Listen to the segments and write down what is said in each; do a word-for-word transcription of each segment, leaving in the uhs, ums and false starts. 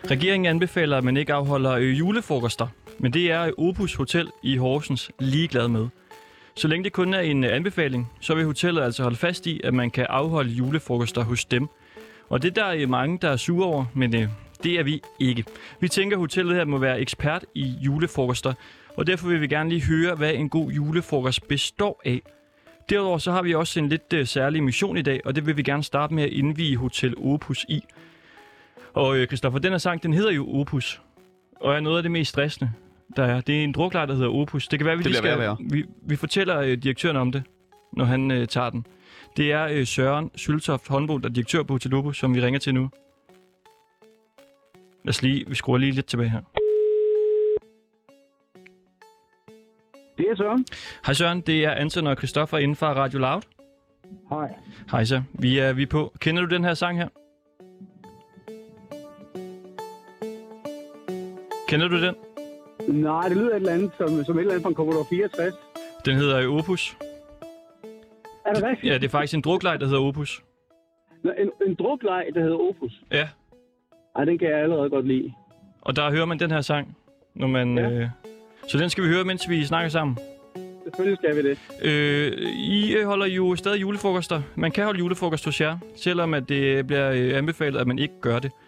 Regeringen anbefaler, at man ikke afholder øh, julefrokoster, men det er Opus Hotel i Horsens ligeglad med. Så længe det kun er en anbefaling, så vil hotellet altså holde fast i, at man kan afholde julefrokoster hos dem. Og det der er mange, der er sure over, men øh, det er vi ikke. Vi tænker, at hotellet her må være ekspert i julefrokoster, og derfor vil vi gerne lige høre, hvad en god julefrokost består af. Derudover så har vi også en lidt øh, særlig mission i dag, og det vil vi gerne starte med at indvie Hotel Opus i. Og øh, Christoffer, den her sang, den hedder jo Opus, og er noget af det mest stressende, der er. Det er en druklejr, der hedder Opus. Det kan være, vi, lige skal, vi, vi fortæller øh, direktøren om det, når han øh, tager den. Det er øh, Søren Søltoft Håndbold, der er direktør på Hotel Opus, som vi ringer til nu. Lad os lige, vi skruer lige lidt tilbage her. Det er Søren. Hej Søren, det er Anton og Christoffer inden for Radio Loud. Hej. Hej så, vi er, vi er på. Kender du den her sang her? Kender du den? Nej, det lyder et eller andet som, som et eller andet fra en Commodore fireogtres. Den hedder Opus. Er det rigtigt? Ja, det er faktisk en druklej, der hedder Opus. Nå, en, en druklej, der hedder Opus? Ja. Ej, den kan jeg allerede godt lide. Og der hører man den her sang, når man... Ja. Øh... Så den skal vi høre, mens vi snakker sammen. Selvfølgelig skal vi det. Øh, I holder jo stadig julefrokoster. Man kan holde julefrokost hos jer, selvom at det bliver anbefalet, at man ikke gør det.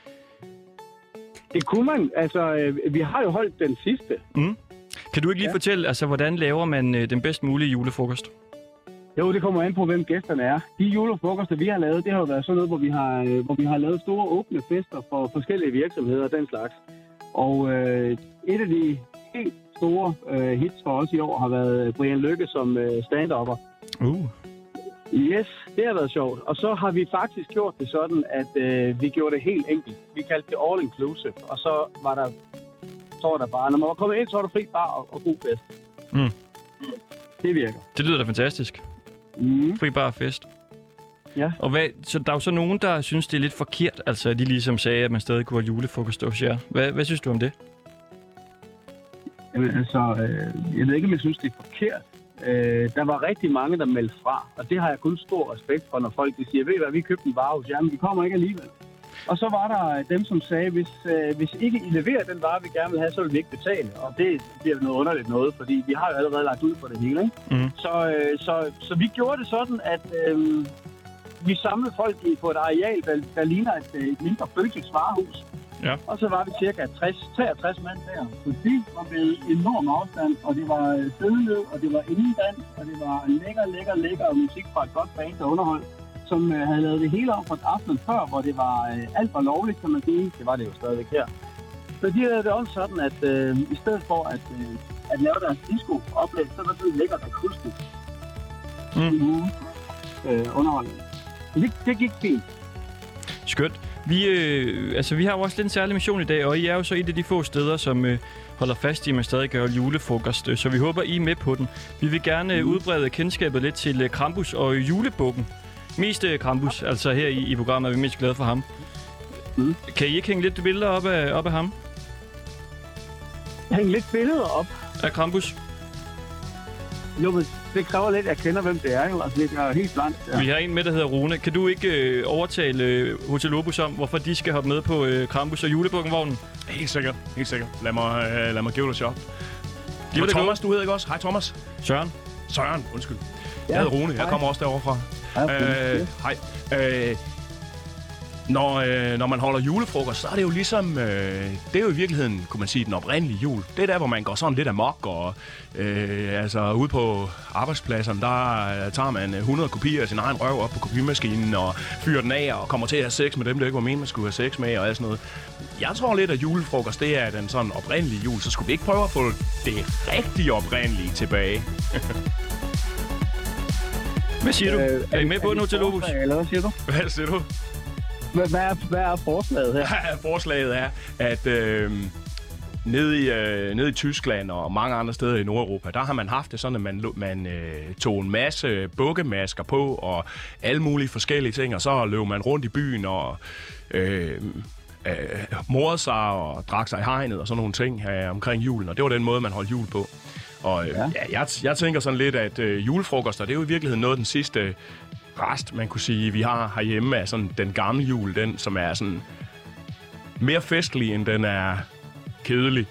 Det kunne man. Altså, øh, vi har jo holdt den sidste. Mm. Kan du ikke lige ja. fortælle, altså, hvordan laver man øh, den bedst mulige julefrokost? Jo, det kommer an på, hvem gæsterne er. De julefrokoster, vi har lavet, det har jo været sådan noget, hvor vi har, øh, hvor vi har lavet store åbne fester for forskellige virksomheder og den slags. Og øh, et af de helt store øh, hits for os i år har været Brian Lykke som øh, stand-upper. Uh. Yes, det har været sjovt. Og så har vi faktisk gjort det sådan, at øh, vi gjorde det helt enkelt. Vi kaldte det all inclusive, og så var der, så var der bare, når man var kommet ind, så var der fri bar og, og god fest. Mm. Det virker. Det lyder da fantastisk. Mm. Fri bar og fest. Ja. Og hvad, så der er jo så nogen, der synes, det er lidt forkert, altså at de ligesom sagde, at man stadig kunne have julefrokost hos jer. Hvad, hvad synes du om det? Jamen altså, øh, jeg ved ikke, om jeg synes, det er forkert. Øh, der var rigtig mange, der meldte fra, og det har jeg kun stor respekt for, når folk de siger, ved I hvad, vi købte en vare hos jer, men vi kommer ikke alligevel. Og så var der dem, som sagde, hvis, øh, hvis ikke I leverer den vare, vi gerne vil have, så vil vi ikke betale. Og det bliver noget underligt noget, fordi vi har jo allerede lagt ud for det hele, ikke? Mm. Så, øh, så, så vi gjorde det sådan, at øh, vi samlede folk i, på et areal, der, der ligner et, et mindre Føtex varehus. Ja. Og så var vi cirka tres, treogtres mand der. Så det var med enorm afstand, og det var siddende, og det var indendans, og det var lækker, lækker, lækker musik fra et godt band og underhold, som øh, havde lavet det hele om fra aftenen før, hvor det var øh, alt var lovligt, kan man sige. Det var det jo stadigvæk her. Så de havde det også sådan, at øh, i stedet for at, øh, at lave deres disco-oplæg, så var det lækkert akustisk. Mm. Øh, underholdning. Det, det gik fint. Skønt. Vi, øh, altså, vi har jo også lidt en særlig mission i dag, og I er jo så et af de få steder, som øh, holder fast i, at man stadig gør julefrokost. Så vi håber, I er med på den. Vi vil gerne øh, udbrede kendskabet lidt til øh, Krampus og julebukken. Mest øh, Krampus, altså her i, i programmet, er vi mest glade for ham. Mm. Kan I ikke hænge lidt billeder op af, op af ham? Hænge lidt billeder op? Af Krampus? Jo, men det kræver lidt, at jeg kender, hvem det er. Jo. Altså, det er helt blankt. Ja. Vi har en med, der hedder Rune. Kan du ikke øh, overtale øh, Hotel Opus om, hvorfor de skal hoppe med på øh, Krampus og julebukkenvognen? Helt sikkert, helt sikkert. Lad mig, øh, lad mig give dig shot. Giv det Thomas, du hedder ikke også? Hej Thomas. Søren. Søren, undskyld. Ja, jeg hedder Rune, jeg hej. kommer også derovre fra. Hej. Øh, hej. Øh, når, øh, når man holder julefrokost, så er det jo ligesom, øh, det er jo i virkeligheden, kunne man sige, den oprindelige jul. Det er der, hvor man går sådan lidt amok, og øh, altså ude på arbejdspladsen, der øh, tager man hundrede kopier af sin egen røv op på kopimaskinen, og fyrer den af, og kommer til at have sex med dem, der ikke var meningen, man skulle have sex med, og alt sådan noget. Jeg tror lidt, at julefrokost, det er den sådan oprindelige jul, så skulle vi ikke prøve at få det rigtige oprindelige tilbage. Hvad siger du? Øh, er I med på nu til Opus? Eller hvad siger du? Hvad siger du? Hvad, hvad, er, hvad er forslaget her? Forslaget er, at øh, nede, i, øh, nede i Tyskland og mange andre steder i Nordeuropa, der har man haft det sådan, at man, man øh, tog en masse bukkemasker på og alle mulige forskellige ting, og så løb man rundt i byen og øh, øh, morede sig og drak sig i hegnet og sådan nogle ting øh, omkring julen, og det var den måde, man holdt jul på. Og øh, ja. Ja, jeg, jeg tænker sådan lidt, at øh, julefrokoster, det er jo i virkeligheden noget af den sidste rest, man kunne sige, vi har herhjemme af sådan den gamle jul, den som er sådan mere festlig, end den er kedelig.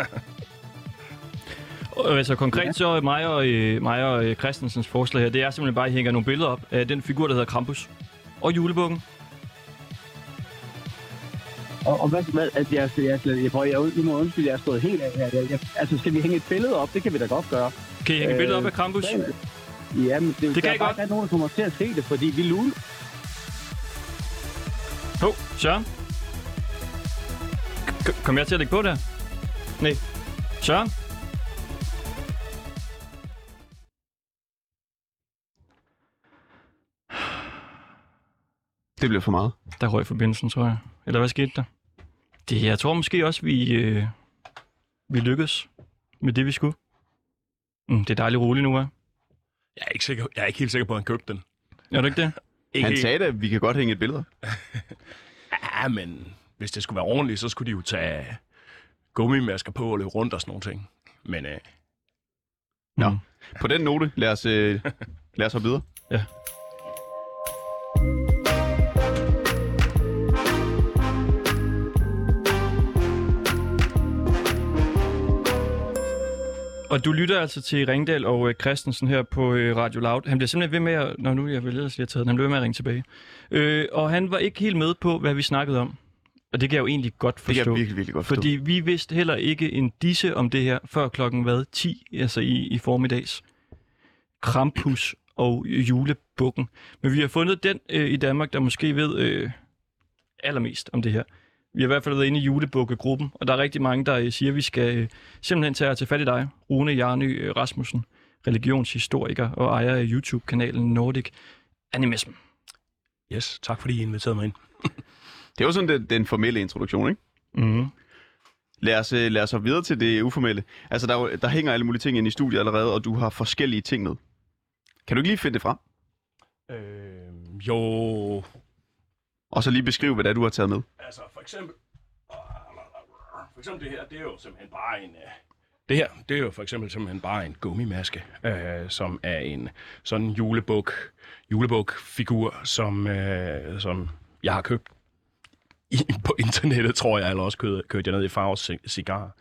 Altså konkret så mig og, øh, mig og øh, Christensens forslag her, det er simpelthen bare, at I hænger nogle billeder op af den figur, der hedder Krampus. Og julebukken. Og, og hvad, hvad altså, jeg, jeg, jeg, jeg, prøver, jeg, jeg må undskylde, jeg har stået helt af her. Jeg, jeg, altså, skal vi hænge et billede op? Det kan vi da godt gøre. Kan I hænge et billede op af Krampus? Ja, men det, det kan der I er godt. bare nogen, der kommer til at se det, fordi vi luner. Hov, Søren? K- kom jeg til at lægge på der? Nej. Søren? Det bliver for meget. Der røg forbindelsen, tror jeg. Eller hvad skete der? Det, jeg tror måske også, vi, øh, vi lykkedes med det, vi skulle. Mm, det er dejligt roligt nu, hva'? Jeg er ikke, sikker, jeg er ikke helt sikker på, at han købte den. Er du ikke det? Ikke Han helt. sagde da, at vi kan godt hænge et billede. Ja, men hvis det skulle være ordentligt, så skulle de jo tage gummimasker på og løbe rundt og sådan nogle ting. Men øh, Nå, Mm. på den note, lad os, øh, lad os hoppe videre. Ja. Og du lytter altså til Ringdal og øh, Christensen her på øh, Radio Loud. Han bliver simpelthen ved med at... Nå, nu er jeg vel ellers lige taget den. Han bliver ved med at ringe tilbage. Øh, og han var ikke helt med på, hvad vi snakkede om. Og det kan jeg jo egentlig godt forstå. Det kan jeg virkelig, virkelig godt forstå. Fordi vi vidste heller ikke en disse om det her, før klokken hvad? ti, altså i, i formiddags. Krampus og julebukken. Men vi har fundet den øh, i Danmark, der måske ved øh, allermest om det her. Vi har i hvert fald været inde i julebukkegruppen, og der er rigtig mange, der øh, siger, at vi skal øh, simpelthen tage til fat i dig, Rune Jarny øh, Rasmussen, religionshistoriker og ejer af YouTube-kanalen Nordic Animism. yes, tak fordi I inviterede mig ind. Det var sådan den, den formelle introduktion, ikke? Mm. Lad os, øh, lad os hoppe videre til det uformelle. Altså, der, er jo- der hænger alle mulige ting ind i studiet allerede, og du har forskellige ting med. Kan du ikke lige finde det frem? Øh, jo, Og så lige beskrive, hvad det er, du har taget med. altså for eksempel... For eksempel det her, det er jo simpelthen bare en... øh, Det her, det er jo for eksempel simpelthen bare en gummimaske, øh, som er en sådan julebuk, julebuk-figur, som, øh, som jeg har købt i, på internettet, tror jeg, eller også kørte, kørte jeg ned i Farvers Cigar.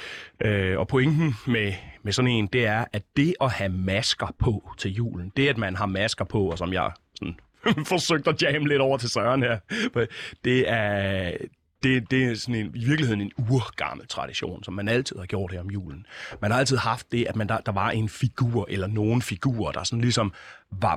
Øh, og pointen med, med sådan en, det er, at det at have masker på til julen, det at man har masker på, og som jeg sådan forsøgte at jamme lidt over til Søren her, det er... Det, det er sådan en, i virkeligheden en urgammel tradition, som man altid har gjort her om julen. Man har altid haft det, at man der, der var en figur eller nogen figurer, der sådan ligesom var,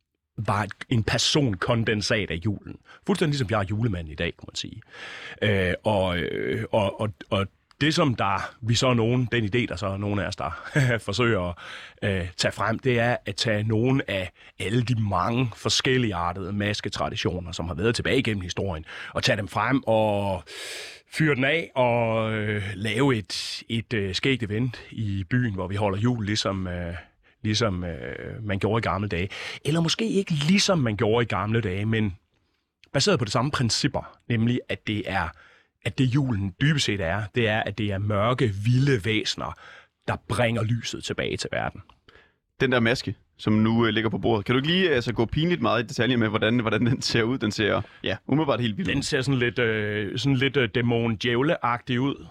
var en personkondensat af julen. Fuldstændig ligesom jeg er julemand i dag, kan man sige. Øh, og, øh, og, og, og det, som der, vi så er nogen, den idé, der så er nogen af os, der forsøger at øh, tage frem, det er at tage nogle af alle de mange forskellige artede masketraditioner, som har været tilbage igennem historien, og tage dem frem og fyre den af og øh, lave et, et øh, skægt event i byen, hvor vi holder jul, ligesom... Øh, ligesom øh, man gjorde i gamle dage. Eller måske ikke ligesom man gjorde i gamle dage, men baseret på de samme principper, nemlig at det er at det julen dybest set er, det er, at det er mørke, vilde væsener, der bringer lyset tilbage til verden. Den der maske, som nu øh, ligger på bordet. Kan du ikke lige altså, gå pinligt meget i detaljer med, hvordan, hvordan den ser ud? Den ser, ja, umiddelbart helt vildt ud. Den ser sådan lidt, øh, sådan lidt øh, dæmon-djævle-agtig ud.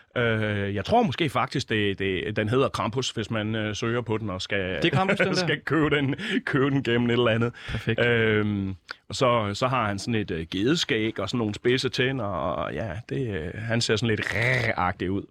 Øh, jeg tror måske faktisk, det, det, den hedder Krampus, hvis man øh, søger på den og skal, Det er Krampus, den der? skal købe, den, købe den gennem et eller andet. Perfekt. Øhm, og så, så har han sådan et øh, gedeskæg og sådan nogle spidse tænder, og ja, det, øh, han ser sådan lidt rrr-agtig ud.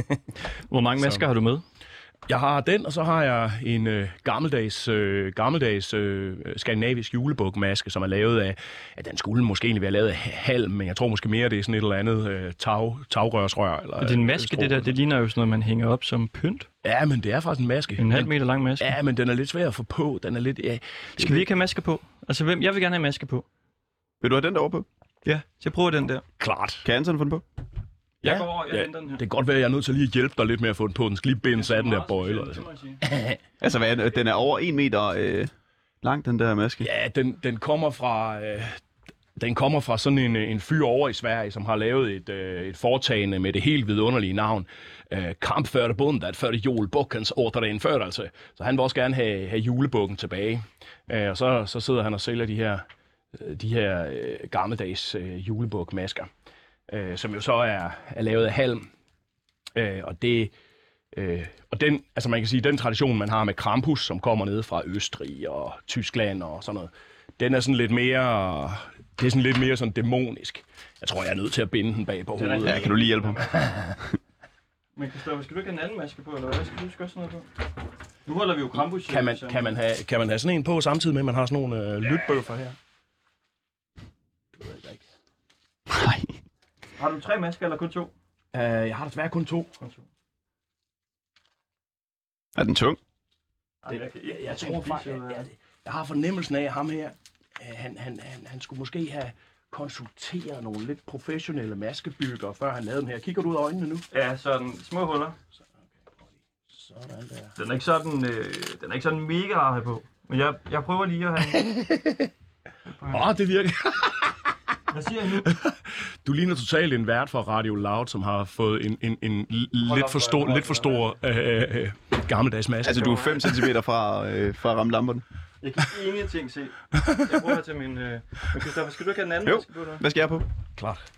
Hvor mange masker så- har du med? Jeg har den, og så har jeg en øh, gammeldags, øh, gammeldags øh, skandinavisk julebukmaske, som er lavet af, at den skulle måske egentlig være lavet af halm, men jeg tror måske mere, det er sådan et eller andet øh, tag, tagrørsrør. Eller, Og din maske, øh, det der, det ligner jo sådan noget, man hænger op som pynt. Ja, men det er faktisk en maske. En halv Den- meter lang maske. Ja, men den er lidt svær at få på. Den er lidt... Ja, Skal vi ikke have masker på? Altså, hvem? Jeg vil gerne have maske på. Vil du have den der over på? Ja, så jeg prøver den der. Klart. Kan Anton få den på? Jeg Ja, går over, jeg ja, henter den her. det kan godt være, at jeg er nødt til lige at hjælpe dig lidt med at få den på. Den skal lige bindes af den der bøjle. Det må jeg sige. Altså, hvad er den? Den er over en meter øh, lang, den der maske. Ja, den, den kommer fra... Øh, den kommer fra sådan en, en fyr over i Sverige, som har lavet et, øh, et foretagende med det helt vidunderlige navn. Øh, Kampförbundet för julbuckens återinförelse. Så han vil også gerne have, have julebukken tilbage. Øh, og så, så sidder han og sælger de her, de her øh, gammeldags øh, julebukmasker. øh, som jo så er, er lavet af halm. Øh, og det... Øh, og den, altså man kan sige, den tradition, man har med Krampus, som kommer ned fra Østrig og Tyskland og sådan noget, den er sådan lidt mere, det er sådan lidt mere sådan dæmonisk. Jeg tror, jeg er nødt til at binde den bag på hovedet. Ja, kan du lige hjælpe ham? Men Christoffer, skal du ikke have en anden maske på, eller hvad? Skal du også sådan noget på? Nu holder vi jo Krampus. Kan man, kan man, have, kan man have sådan en på, samtidig med, at man har sådan nogle øh, lytbøffer her? Det ved jeg ikke. Nej. Har du tre masker, eller kun to? Uh, jeg har desværre kun to. Kun to. Er den tung? Det, jeg, jeg, jeg tror faktisk, jeg, jeg, jeg har fornemmelsen af, at ham her, han, han, han, han skulle måske have konsulteret nogle lidt professionelle maskebyggere, før han lavede dem her. Kigger du ud af øjnene nu? Ja, sådan små huller. Så, okay, sådan der. Den er ikke sådan, øh, den er ikke sådan mega rar her på. Men jeg, jeg prøver lige at have Åh, oh, det virker. Hvad siger jeg nu? Du ligner totalt en vært fra Radio Loud, som har fået en, en, en lidt for stor, lidt for stor øh, øh, gammeldags maske. Altså, du er fem centimeter fra, øh, fra at ramme lamperne. Jeg kan ingenting se. Jeg prøver til min... Øh... Men Christoffer, skal du ikke have den anden Jo. maske på der? Hvad skal jeg på? Klart.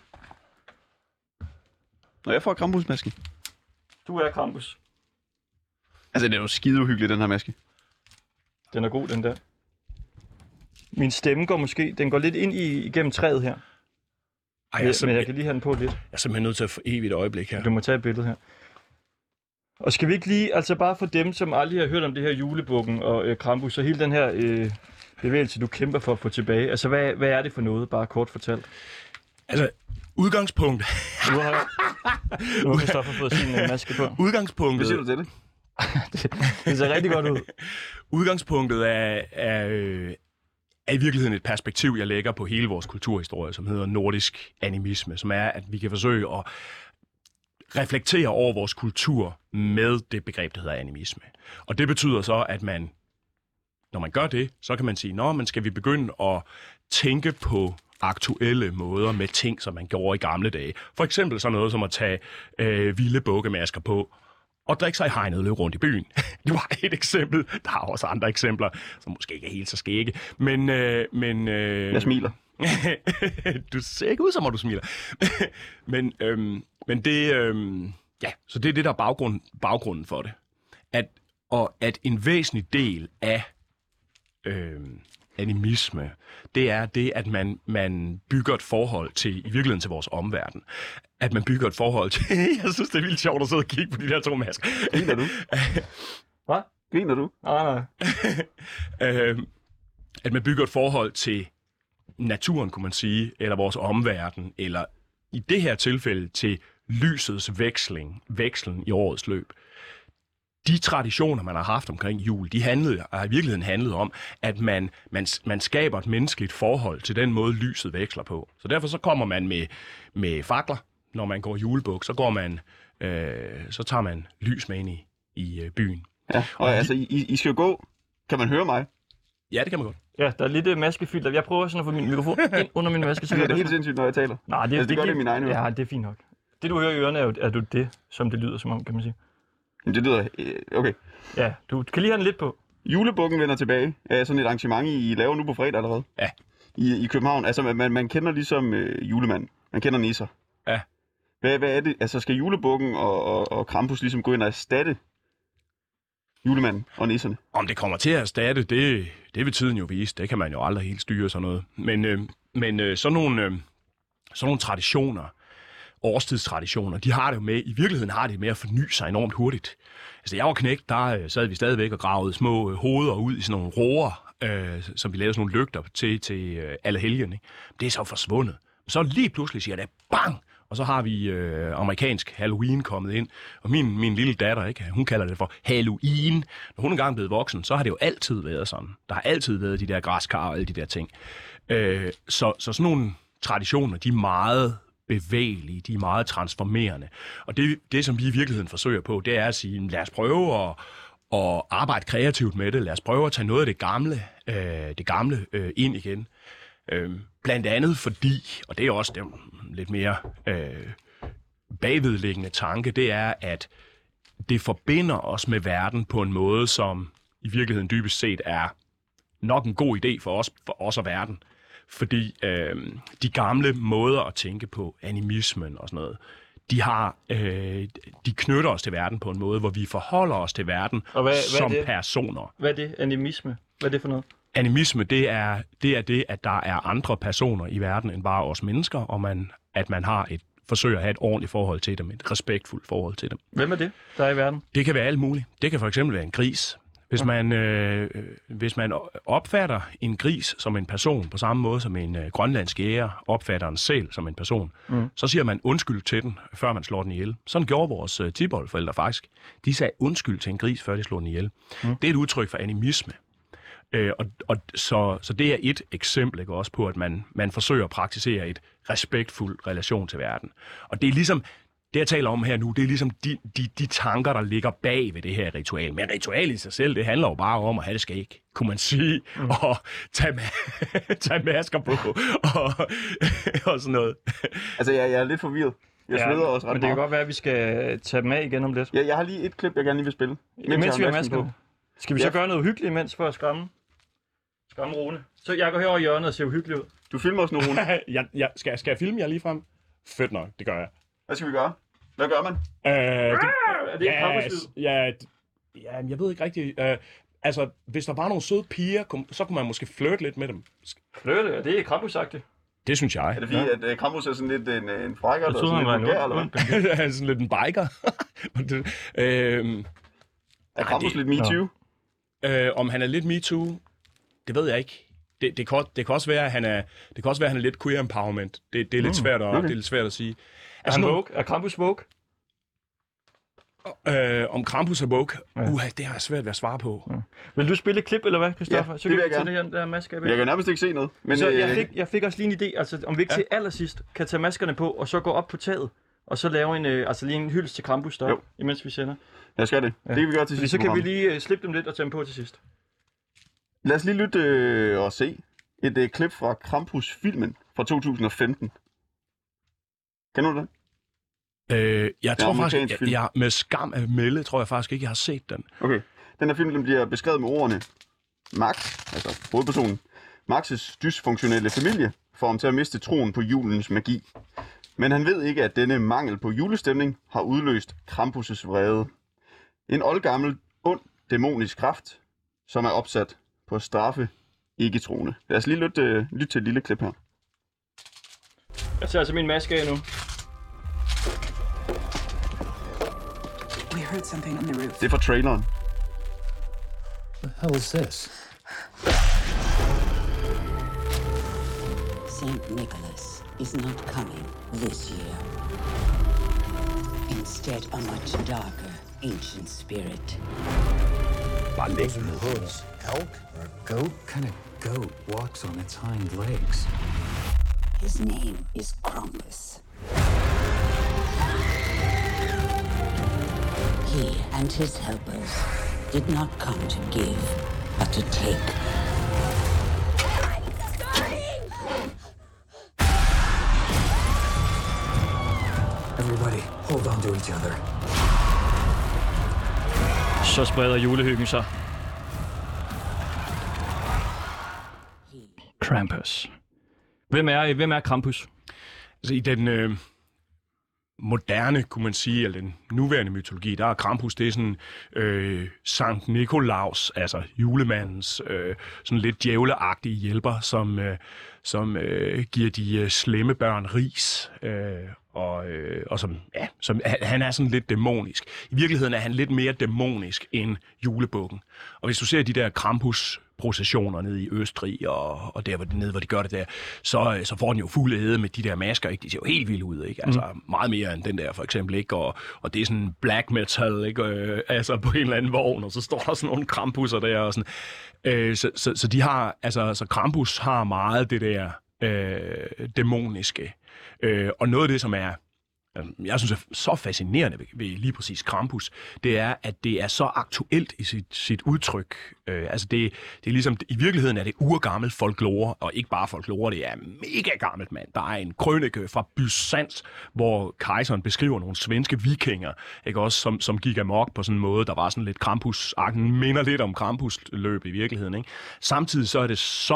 Når jeg får Krampusmaske. Du er Krampus. Altså, det er jo skide uhyggeligt, den her maske. Den er god, den der. Min stemme går måske... Den går lidt ind i, igennem træet her. Ej, jeg, Men jeg kan lige have den på lidt. jeg er simpelthen nødt til at få evigt øjeblik her. Du må tage et billede her. Og skal vi ikke lige, altså bare for dem, som aldrig har hørt om det her julebukken og øh, Krampus, og hele den her øh, bevægelse, du kæmper for at få tilbage. Altså, hvad, hvad er det for noget, bare kort fortalt? Altså, udgangspunkt. Nu har, nu har Christoffer fået sin øh, maske på. Udgangspunktet. Hvad siger du til det? det, det ser rigtig godt ud. Udgangspunktet er, er, øh, er i virkeligheden et perspektiv, jeg lægger på hele vores kulturhistorie, som hedder nordisk animisme, som er, at vi kan forsøge at reflektere over vores kultur med det begreb, der hedder animisme. Og det betyder så, at man, når man gør det, så kan man sige, nå, men skal vi begynde at tænke på aktuelle måder med ting, som man gjorde i gamle dage. For eksempel sådan noget som at tage øh, vilde bukkemasker på og drikke sig i hegnet og løbe rundt i byen. Det var et eksempel. Der er også andre eksempler, som måske ikke er helt så skægge. Men... Øh, men øh, Jeg smiler. Du ser ikke ud, som om du smiler. men, øhm, men det... Øhm, ja, så det er det, der er baggrund, baggrunden for det. At, og at en væsentlig del af øhm, animisme, det er det, at man, man bygger et forhold til, i virkeligheden til vores omverden. At man bygger et forhold til... Jeg synes, det er vildt sjovt at sidde og kigge på de der to masker. Griner du? Hvad? Griner du? Nej, nej. øhm, at man bygger et forhold til naturen, kunne man sige, eller vores omverden, eller i det her tilfælde til lysets veksling, vekslen i årets løb. De traditioner, man har haft omkring jul, de handlede, har i virkeligheden handlet om, at man, man, man skaber et menneskeligt forhold til den måde, lyset veksler på. Så derfor så kommer man med, med fakler, når man går julebuk, så går man, øh, så tager man lys med ind i, i øh, byen. Ja, og, og altså, I, I skal jo gå. Kan man høre mig? Ja, det kan man godt. Ja, der er lidt maskefilter. Jeg prøver sådan at få min mikrofon ind under min maske. Så Det er det helt sindssygt, når jeg taler. Nej, det, altså, det, det gør det i mine egne ører. Ja, det er fint nok. Det, du hører i ørerne, er jo er du det, som det lyder som om, kan man sige. Jamen, det lyder... øh, Okay. Ja, du kan lige have den lidt på. Julebukken vender tilbage. Er sådan et arrangement, I laver nu på fredag allerede. Ja. I, i København. Altså, man, man kender ligesom øh, julemanden. Man kender nisser. Ja. Hvad, hvad er det? Altså, skal julebukken og, og, og Krampus ligesom gå ind og erstatte julemanden og nisserne? Om det kommer til at erstatte, det, det vil tiden jo vise. Det kan man jo aldrig helt styre sådan noget. Men, øh, men øh, sådan, nogle, øh, sådan nogle traditioner, årstidstraditioner, de har det jo med, i virkeligheden har det med at forny sig enormt hurtigt. Altså, jeg var knægt, der øh, sad vi stadigvæk og gravede små øh, hoveder ud i sådan nogle roer, øh, som vi lavede sådan nogle lygter til, til øh, alle helgen. Ikke? Det er så forsvundet. Så lige pludselig siger det, bang! Og så har vi øh, amerikansk Halloween kommet ind. Og min, min lille datter, ikke, hun kalder det for Halloween. Når hun engang er blevet voksen, så har det jo altid været sådan. Der har altid været de der græskar og alle de der ting. Øh, så, så sådan nogle traditioner, de er meget bevægelige, de er meget transformerende. Og det, det, som vi i virkeligheden forsøger på, det er at sige, lad os prøve at, at arbejde kreativt med det. Lad os prøve at tage noget af det gamle, øh, det gamle øh, ind igen. Øh, blandt andet fordi, og det er også det, lidt mere øh, bagvedliggende tanke, det er, at det forbinder os med verden på en måde, som i virkeligheden dybest set er nok en god idé for os, for os og verden. fordi øh, de gamle måder at tænke på, animismen og sådan noget, de har, øh, de knytter os til verden på en måde, hvor vi forholder os til verden hvad, hvad som det? personer. Hvad er det? Animisme? Hvad er det for noget? Animisme, det er, det er det, at der er andre personer i verden end bare os mennesker, og man, at man har et forsøger at have et ordentligt forhold til dem, et respektfuldt forhold til dem. Hvem er det, der er i verden? Det kan være alt muligt. Det kan for eksempel være en gris. Hvis man, øh, hvis man opfatter en gris som en person, på samme måde som en øh, grønlandsk jæger opfatter en sæl som en person, mm. så siger man undskyld til den, før man slår den ihjel. Sådan gjorde vores øh, tipolforældre faktisk. De sagde undskyld til en gris, før de slog den ihjel. Mm. Det er et udtryk for animisme. Øh, og, og, så, så det er et eksempel, ikke, også på, at man, man forsøger at praktisere et respektfuld relation til verden. Og det er ligesom, det jeg taler om her nu, det er ligesom de, de, de tanker, der ligger bag ved det her ritual. Men ritual i sig selv, det handler jo bare om at have det skæg, kunne man sige, mm. og tage, ma- tage masker på, og, og sådan noget. Altså, jeg, jeg er lidt forvirret. Jeg sveder ja, også ret men det kan meget. godt være, at vi skal tage dem af igen om lidt. Ja, jeg har lige et klip, jeg gerne lige vil spille. Imens vi har maskerne. Skal vi så Ja. gøre noget hyggeligt imens for at skræmme? Skræmme Rune. Så jeg går herover i hjørnet og ser uhyggeligt ud. Du filmer os nu, Rune. jeg, jeg, skal, skal jeg filme jer lige frem? Fedt nok, det gør jeg. Hvad skal vi gøre? Hvad gør man? Øh, det, Er det ikke krabbelyd? ja, d- ja, jeg ved ikke rigtigt. Øh, altså, hvis der var nogle søde piger, kom, så kunne man måske flirte lidt med dem. Flirte? Er det krabbelysagtigt? Det synes jeg. Er det fordi, ja. at uh, Krampus er sådan lidt en, en frækker, Jeg eller troede, sådan han lidt var en vulgær, eller hvad? Han er sådan lidt en biker. det, øh, Er Krampus det- lidt MeToo? øh, om han er lidt MeToo, det ved jeg ikke. Det, det, kan, det kan også være, at han er, det kan også være, at han er lidt queer empowerment. Det, det er lidt svært at, okay. det er lidt svært at sige. Er han woke? Er Krampus woke? Øh, om Krampus er woke, Ja. uha, det har jeg svært ved at svare på. Ja. Vil du spille et klip, eller hvad, Christoffer? Ja, så det kan vil vi jeg tage gerne. den der maske af. Jeg kan nærmest ikke se noget. Men, Så jeg øh, fik, jeg fik også lige en idé, altså om vi ikke Ja. til allersidst kan tage maskerne på, og så gå op på taget, og så lave en, øh, altså lige en hyldest til Krampus Jo. deroppe, imens vi sender. Jeg skal det. Ja. Det kan vi gøre til Fordi sidst. så kan vi program. lige øh, slippe dem lidt og tage dem på til sidst. Lad os lige lytte øh, og se et øh, klip fra Krampus-filmen fra to tusind og femten. Kender du det? Øh, jeg tror amerikansk faktisk, jeg, film. jeg, med skam af melde, tror jeg faktisk ikke, jeg har set den. Okay. Den her film den bliver beskrevet med ordene Max, altså hovedpersonen, Max's dysfunktionelle familie får ham til at miste troen på julens magi. Men han ved ikke, at denne mangel på julestemning har udløst Krampus' vrede. En oldgammel, ond, dæmonisk kraft, som er opsat på at straffe ikke-troende. Lad os lige lytte, øh, lytte til et lille klip her. Jeg tager altså min maske af nu. We heard something on the roof. Det er fra traileren. The hell is this? Saint Nicholas is not coming this year. Instead, a much darker, ancient spirit. Bare læg Those are hooves. Elk or a goat? What kind of goat walks on its hind legs? His name is Krampus. He and his helpers did not come to give, but to take. Everybody, hold on to each other. Så spreder julehyggen sig. Krampus. Hvem er, hvem er Krampus? Altså, i den øh, moderne, kunne man sige, eller den nuværende mytologi, der er Krampus, det er sådan øh, Sankt Nikolaus, altså julemandens øh, sådan lidt djævleagtige hjælper, som, øh, som øh, giver de øh, slemme børn ris, øh, og, øh, og som, ja, som, han er sådan lidt dæmonisk. I virkeligheden er han lidt mere dæmonisk end julebukken. Og hvis du ser de der Krampus processioner nede i Østrig og, og der hvor nede, hvor de gør det der, så, så får den jo fuld æde med de der masker, ikke? De ser jo helt vildt ud, ikke? Altså mm. meget mere end den der for eksempel, ikke? Og, og det er sådan black metal, ikke? Øh, altså på en eller anden vogn, og så står der sådan nogle Krampusser der og sådan. Øh, så, så, så de har, altså så Krampus har meget det der øh, dæmoniske. Øh, og noget af det, som er jeg synes er så fascinerende ved, ved lige præcis Krampus, det er, at det er så aktuelt i sit, sit udtryk. Øh, altså det, det er ligesom, i virkeligheden er det urgammelt folklore, og ikke bare folklore, det er mega gammelt, mand. Der er en krønike fra Byzans, hvor kejseren beskriver nogle svenske vikinger, ikke også, som, som gik amok på sådan en måde, der var sådan lidt Krampus-agten, minder lidt om Krampus-løb i virkeligheden, ikke? Samtidig så er det så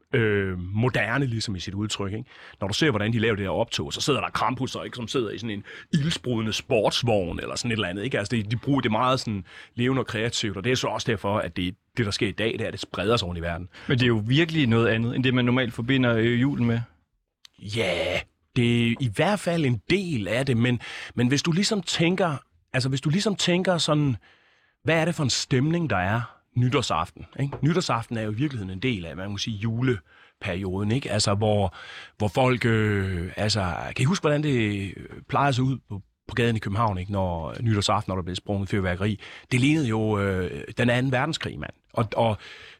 øh, moderne ligesom i sit udtryk. Ikke? Når du ser, hvordan de laver det her optog, så sidder der Krampusser, ikke, som sidder i sådan en ildsprudende sportsvogn eller sådan et eller andet. Ikke? Altså, de, de bruger det meget sådan levende og kreativt, og det er så også derfor, at det, det der sker i dag, det er, at det spreder sig rundt i verden. Men det er jo virkelig noget andet, end det man normalt forbinder øh, julen med. Ja, yeah, det er i hvert fald en del af det, men, men hvis du ligesom tænker, altså hvis du ligesom tænker sådan, hvad er det for en stemning, der er nytårsaften? Ikke? Nytårsaften er jo i virkeligheden en del af, man må sige, juleperioden, ikke? Altså hvor, hvor folk, øh, altså, kan I huske, hvordan det plejer at se ud på, på gaden i København, ikke? Når nytårsaften, når der blev sprunget fyrværkeri? Det lignede jo øh, den anden verdenskrig, mand. Og, og,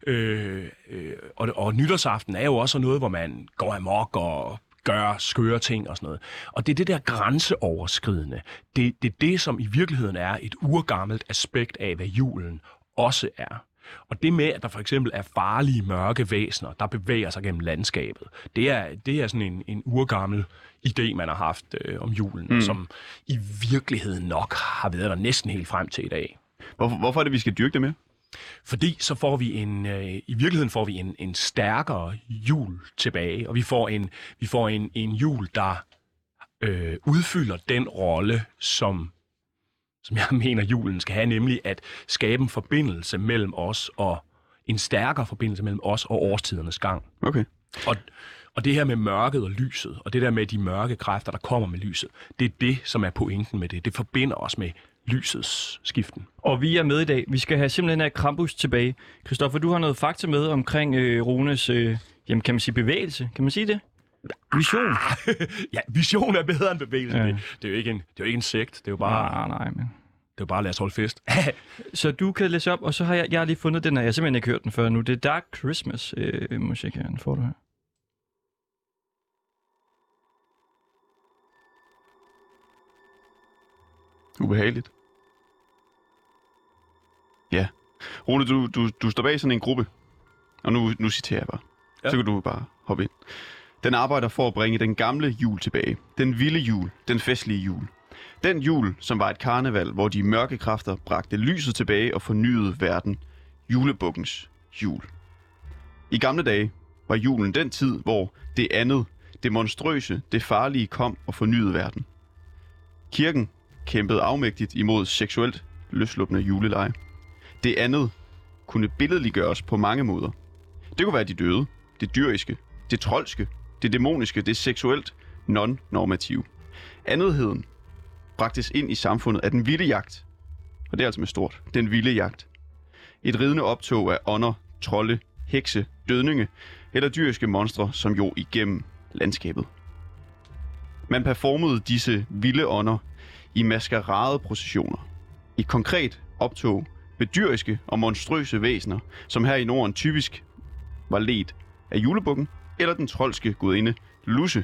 øh, øh, og, og nytårsaften er jo også noget, hvor man går amok og gør skøre ting og sådan noget. Og det er det der grænseoverskridende. Det, det er det, som i virkeligheden er et urgammelt aspekt af, hvad julen også er. Og det med, at der for eksempel er farlige mørke væsener, der bevæger sig gennem landskabet, det er, det er sådan en, en urgammel idé, man har haft øh, om julen, mm. som i virkeligheden nok har været der næsten helt frem til i dag. Hvorfor, hvorfor er det, vi skal dyrke det mere? Fordi så får vi en, øh, i virkeligheden får vi en, en stærkere jul tilbage, og vi får en, vi får en, en jul, der øh, udfylder den rolle, som, som jeg mener, julen skal have, nemlig at skabe en forbindelse mellem os, og en stærkere forbindelse mellem os og årstidernes gang. Okay. Og, og det her med mørket og lyset, og det der med de mørke kræfter, der kommer med lyset, det er det, som er pointen med det. Det forbinder os med lysets skiften. Og vi er med i dag. Vi skal have simpelthen af Krampus tilbage. Christoffer, du har noget fakta med omkring øh, Runes, øh, jamen kan man sige bevægelse? Kan man sige det? Vision? Ja, vision er bedre end bevægelse. Ja. Det, det, er jo ikke en, det er jo ikke en sekt. Det er jo bare, Nej, nej, men... det er jo bare lad os holde fest. Så du kan læse op, og så har jeg, jeg har lige fundet den her. Jeg har simpelthen ikke hørt den før nu. Det er Dark Christmas øh, musik her. Den får du her. Ubehageligt. Ja. Rune, du, du, du står bag sådan en gruppe, og nu, nu citerer jeg bare. Ja. Så kan du bare hoppe ind. Den arbejder for at bringe den gamle jul tilbage. Den vilde jul. Den festlige jul. Den jul, som var et karneval, hvor de mørke kræfter bragte lyset tilbage og fornyede verden. Julebukkens jul. I gamle dage var julen den tid, hvor det andet, det monstrøse, det farlige kom og fornyede verden. Kirken kæmpede afmægtigt imod seksuelt løsluppende juleleje. Det andet kunne billedliggøres på mange måder. Det kunne være de døde, det dyriske, det troldske, det dæmoniske, det seksuelt non-normative. Andetheden bragtes ind i samfundet af den vilde jagt. Og det er altså med stort. Den vilde jagt. Et ridende optog af ånder, trolde, hekse, dødninge eller dyriske monstre, som jo igennem landskabet. Man performede disse vilde ånder i maskeradeprocessioner. I konkret optog med dyriske og monstrøse væsener, som her i Norden typisk var ledt af julebukken eller den troldske gudinde Lusse.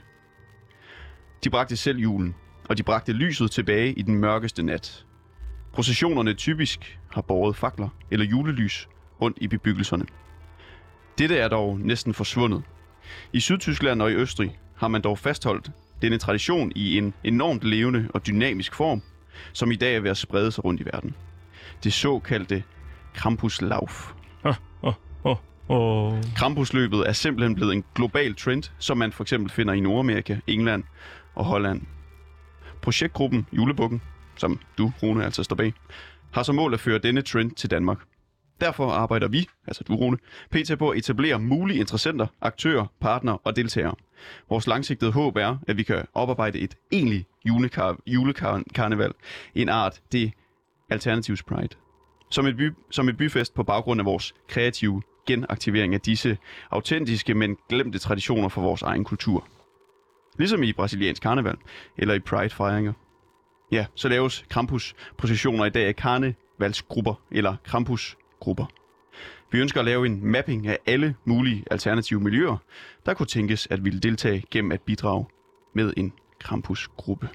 De bragte selv julen, og de bragte lyset tilbage i den mørkeste nat. Processionerne typisk har båret fakler eller julelys rundt i bebyggelserne. Dette er dog næsten forsvundet. I Sydtyskland og i Østrig har man dog fastholdt denne tradition i en enormt levende og dynamisk form, som i dag er ved at sprede sig rundt i verden. Det såkaldte Krampuslauf. Oh, oh, oh, oh. Krampusløbet er simpelthen blevet en global trend, som man for eksempel finder i Nordamerika, England og Holland. Projektgruppen Julebukken, som du, Rune, altså står bag, har som mål at føre denne trend til Danmark. Derfor arbejder vi, altså du, Rune, pt. På at etablere mulige interessenter, aktører, partnere og deltagere. Vores langsigtede håb er, at vi kan oparbejde et egentligt julekar- julekarneval, en art det Alternativs Pride. Som et, by, som et byfest på baggrund af vores kreative genaktivering af disse autentiske, men glemte traditioner for vores egen kultur. Ligesom i brasiliansk karneval eller i Pride-fejringer. Ja, så laves Krampus-processioner i dag af karnevalsgrupper eller Krampus-grupper. Vi ønsker at lave en mapping af alle mulige alternative miljøer, der kunne tænkes at ville deltage gennem at bidrage med en Krampus-gruppe.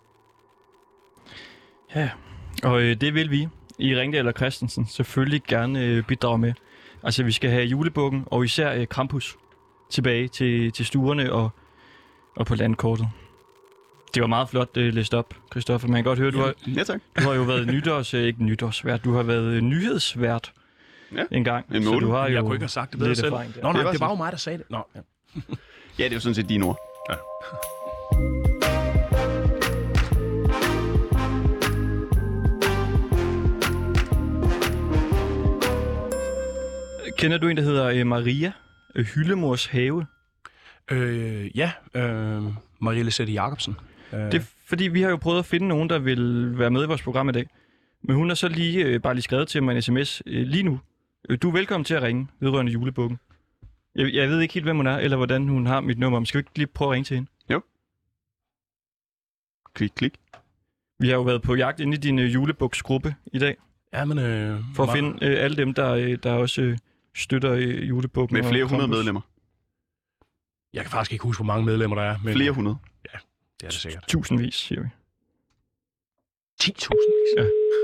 Ja, og øh, det vil vi i Ringdal og Christensen selvfølgelig gerne øh, bidrage med. Altså, vi skal have julebukken og især øh, Krampus tilbage til, til stuerne og, og på landkortet. Det var meget flot øh, læst op, Christoffer. Man kan godt høre, du har, Ja, tak. du har jo været nytårs, øh, ikke nytårsvært, du har været øh, nyhedsvært Ja. en gang. En Så måned. du har jo Jeg kunne ikke have sagt det bedre lidt selv. erfaring der. Nå, nej, Det var det var jo sådan. mig, der sagde det. Nå, ja. Ja, det er jo sådan set dine ord. Ja. Kender du en, der hedder øh, Maria øh, Hyllemors Have? Øh, ja, øh, Marie Lisette Jacobsen. Øh, Det er fordi, vi har jo prøvet at finde nogen, der vil være med i vores program i dag. Men hun har så lige øh, bare lige skrevet til mig en sms øh, lige nu. Øh, Du er velkommen til at ringe vedrørende julebukken. Jeg, jeg ved ikke helt, hvem hun er, eller hvordan hun har mit nummer. Men skal vi ikke lige prøve at ringe til hende? Klik, klik. Vi har jo været på jagt inde i din øh, julebuksgruppe i dag, ja, men... Øh, for at Mar- finde øh, alle dem, der, øh, der også øh, støtter øh, julebukken. Med og flere hundrede Krampus. medlemmer. Jeg kan faktisk ikke huske, hvor mange medlemmer der er. Men Flere hundrede. det er det sikkert. Tusindvis, siger vi. ti tusind. Ja.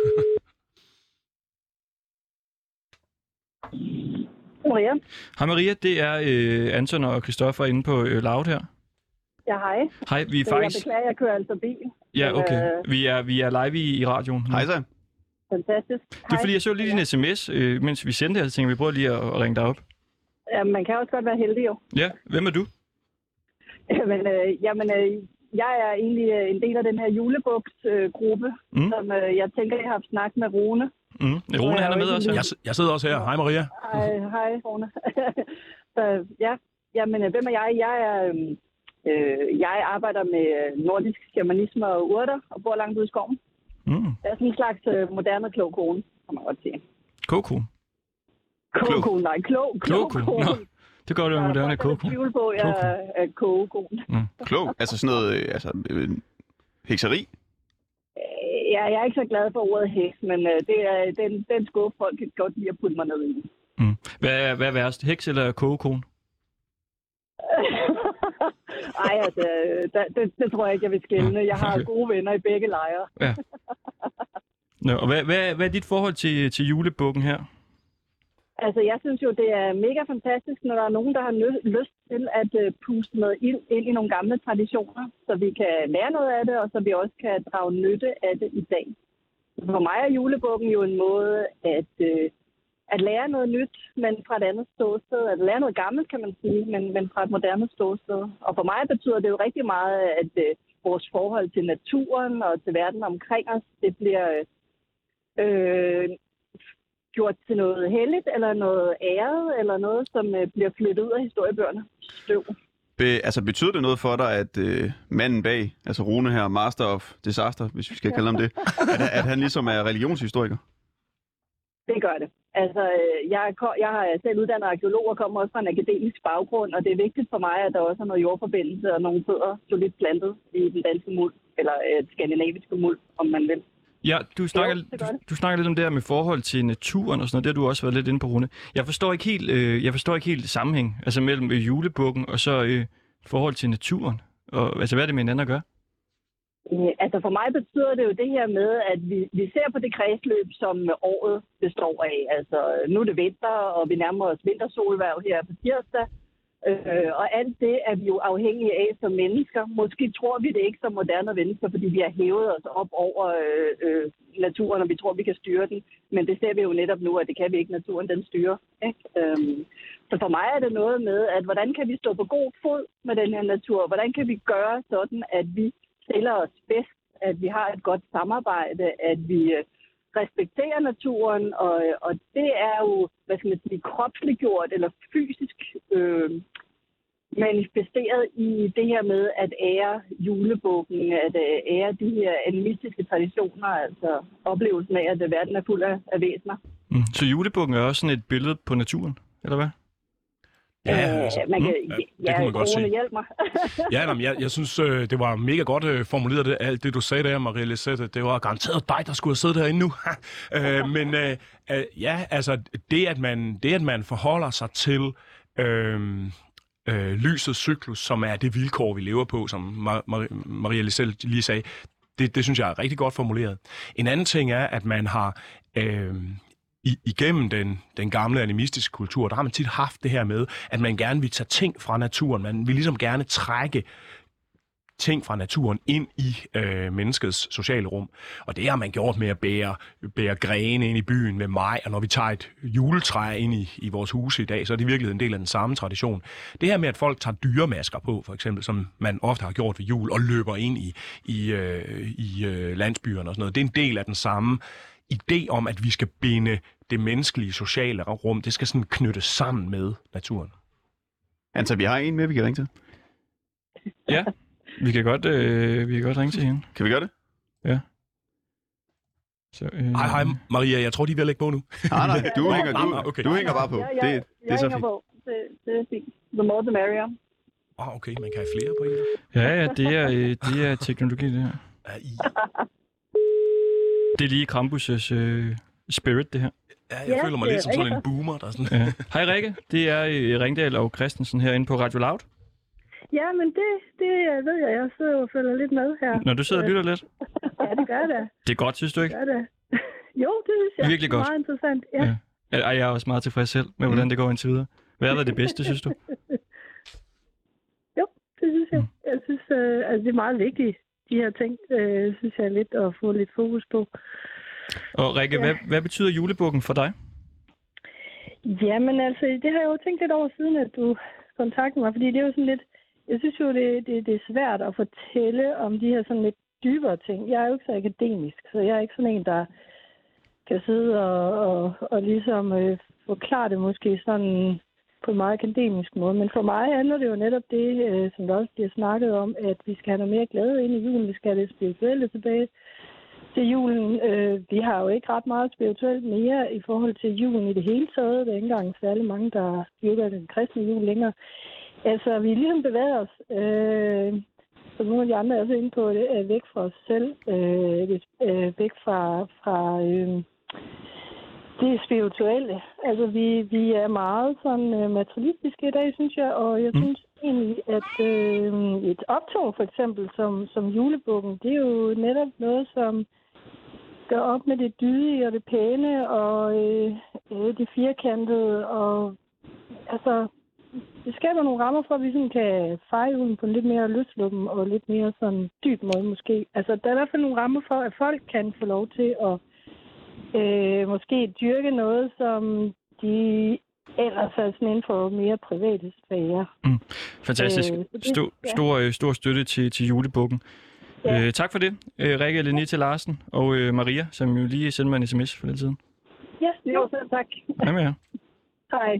Maria. Hej Maria, det er øh, Anton og Christoffer inde på øh, Loud her. Ja, hej. Hej, vi er Jeg faktisk... beklager, jeg kører altså bil. Ja, Men, okay. øh, Vi er, vi er live i, i radioen. Hej så. Fantastisk. Det er fordi, jeg så lige din sms, øh, mens vi sendte her, så tænkte vi prøver lige at, at ringe dig op. Ja, man kan også godt være heldig jo. Ja, hvem er du? Men, øh, jamen, øh, jeg er egentlig øh, en del af den her julebuksgruppe, øh, Mm. som øh, jeg tænker, jeg har haft snakket med Rune. Mm. Rune, han er med også her. Jeg, jeg sidder også her. Hej, Maria. Hej, hej Rune. Så ja, jamen, øh, hvem er jeg? Jeg er... Øh, jeg arbejder med nordisk shamanisme og urter og bor langt ude i skoven. Mm. Jeg er sådan en slags øh, moderne klog kone, kan man godt sige. Koko. Klog kone, nej, klog, klog Kloko. kone. Nå, det gør du jo Der er moderne folk, der er koko. tvivl på, at jeg er kogekone. Klog. Altså sådan noget, øh, altså, øh, hekseri. Øh, Ja, jeg er ikke så glad for ordet heks, men øh, det er den, den skuffe, folk kan godt lide at putte mig ned i. Mm. Hvad, er, hvad er værst? Heks eller kogekone? Ej, altså, det, det, det tror jeg ikke, jeg vil skælne. Jeg har Okay. gode venner i begge lejre. Ja. Nå, og hvad, hvad, hvad er dit forhold til, til julebukken her? Altså, jeg synes jo, det er mega fantastisk, når der er nogen, der har nø- lyst til at uh, puste noget ind, ind i nogle gamle traditioner, så vi kan lære noget af det, og så vi også kan drage nytte af det i dag. For mig er julebukken jo en måde at, uh, at lære noget nyt, men fra et andet ståsted. At lære noget gammelt, kan man sige, men, men fra et moderne ståsted. Og for mig betyder det jo rigtig meget, at uh, vores forhold til naturen og til verden omkring os, det bliver... Øh, gjort til noget helligt, eller noget æret, eller noget, som øh, bliver flyttet ud af historiebøgerne. Støv. Be, altså betyder det noget for dig, at øh, manden bag, altså Rune her, Master of Disaster, hvis vi skal kalde ham det, at, at han ligesom er religionshistoriker? Det gør det. Altså, øh, jeg, er, jeg har selv uddannet arkeolog og kommer også fra en akademisk baggrund, og det er vigtigt for mig, at der også er noget jordforbindelse og nogle fødder solidt plantet i den danske muld, eller øh, skandinaviske muld, om man vil. Ja, du snakker, Jo, det gør du, det. du snakker lidt om det her med forhold til naturen og sådan noget. Det har du også været lidt inde på, Rune. Jeg forstår ikke helt, øh, jeg forstår ikke helt sammenhæng, altså mellem øh, julebukken og så øh, forhold til naturen. Og, altså, hvad er det med hinanden at gøre? Øh, Altså for mig betyder det jo det her med, at vi, vi ser på det kredsløb, som året består af. Altså nu er det vinter, og vi nærmer os vintersolværv her på tirsdag. Øh, og alt det er vi jo afhængige af som mennesker. Måske tror vi det ikke som moderne mennesker, fordi vi har hævet os op over øh, øh, naturen, og vi tror, vi kan styre den. Men det ser vi jo netop nu, at det kan vi ikke. Naturen, den styrer. Ikke? Øhm, så for mig er det noget med, at hvordan kan vi stå på god fod med den her natur? Hvordan kan vi gøre sådan, at vi stiller os bedst, at vi har et godt samarbejde, at vi øh, respekterer naturen, og, og det er jo, hvad skal man sige, kropsliggjort eller fysisk øh, manifesteret i det her med at ære julebukken, at øh, ære de her animistiske traditioner, altså oplevelsen af, at verden er fuld af, af væsener. Mm. Så julebukken er også sådan et billede på naturen, eller hvad? Ja, altså, Øh, man kan, mm, ja, ja, det kunne man godt Rune, se. hjælp mig. Ja, jamen, jeg, jeg synes, øh, det var mega godt øh, formuleret, det, alt det, du sagde der, Marie Lisette. Det var garanteret dig, der skulle have siddet herinde nu. øh, men øh, øh, ja, altså, det at, man, det, at man forholder sig til øh, øh, lysets cyklus, som er det vilkår, vi lever på, som Mar- Mar- Marie Lisette lige sagde, det, det synes jeg er rigtig godt formuleret. En anden ting er, at man har... Øh, I, igennem den, den gamle animistiske kultur, der har man tit haft det her med, at man gerne vil tage ting fra naturen. Man vil ligesom gerne trække ting fra naturen ind i øh, menneskets sociale rum. Og det har man gjort med at bære, bære grene ind i byen med maj, og når vi tager et juletræ ind i, i vores huse i dag, så er det virkelig en del af den samme tradition. Det her med, at folk tager dyremasker på, for eksempel, som man ofte har gjort ved jul, og løber ind i, i, øh, i øh, landsbyerne og sådan noget, det er en del af den samme idé om, at vi skal binde det menneskelige sociale rum, det skal sådan knyttes sammen med naturen. Altså, vi har en med, vi kan ringe til. Ja, vi kan godt, øh, vi kan godt ringe til hende. Kan vi gøre det? Ja. Så, øh... Hej, hej, Maria. Jeg tror, de er ved at lægge på nu. Nej, nej, du hænger, du, okay. du hænger bare på. Ja, ja, det, det jeg er så hænger fint. på. Det, det er fint. The more the merrier. Åh, oh, okay, man kan have flere på en. Ja, ja, det er, øh, det er teknologi, det her. Ja, i... Det er lige Krampus' øh, spirit, det her. ja jeg Ja, føler mig det lidt er som sådan en Rikke. boomer, der er sådan... Ja. Hej Rikke, det er øh, Ringdal og Christensen herinde på Radio Loud. Ja, men det, det ved jeg. Jeg sidder og følger lidt med her. Når du sidder og lytter lidt. Ja, det gør det. Det er godt, synes du ikke? Det gør det. Jo, det synes jeg. Virkelig godt. Meget interessant, ja. Ja. Ej, jeg er også meget tilfreds selv med, hvordan det går indtil videre. Hvad har været det bedste, synes du? Jo, det synes jeg. Jeg synes, øh, altså, det er meget vigtigt, de her ting, øh, synes jeg er lidt at få lidt fokus på. Og Rikke, ja. hvad, hvad betyder julebukken for dig? Jamen altså, det har jeg jo tænkt lidt over siden, at du kontaktede mig, fordi det er jo sådan lidt, jeg synes jo, det, det, det er svært at fortælle om de her sådan lidt dybere ting. Jeg er jo ikke så akademisk, så jeg er ikke sådan en, der kan sidde og, og, og ligesom øh, forklare det måske sådan på en meget akademisk måde. Men for mig handler det jo netop det, øh, som der også bliver snakket om, at vi skal have noget mere glæde ind i julen. Vi skal have det spirituelle tilbage til julen. Øh, vi har jo ikke ret meget spirituelt mere i forhold til julen i det hele taget. Det er ikke engang særlig mange, der dyrker den kristne jul længere. Altså, vi ligesom bevæger os, øh, som nogle af de andre er også inde på, det er væk fra os selv, øh, øh, væk fra, fra øh, det spirituelle. Altså, vi, vi er meget sådan øh, materialistiske i dag, synes jeg, og jeg mm. synes egentlig, at øh, et optog for eksempel som, som julebukken, det er jo netop noget, som gør op med det dydige og det pæne og øh, det firkantede, og altså, det skaber nogle rammer for, at vi sådan kan fejre julen på en lidt mere løsluppen og lidt mere sådan dyb måde måske. Altså, der er i hvert fald nogle rammer for, at folk kan få lov til at øh, måske dyrke noget, som de ellers er sådan inden for mere private sfære. Mm. Fantastisk. Øh, det, stor, ja. stor, øh, stor støtte til, til julebukken. Ja. Øh, tak for det, øh, Rikke Lenita Larsen og øh, Maria, som jo lige sendte mig en sms for lidt siden. Ja, jo, så tak. Hej med jer. Hej.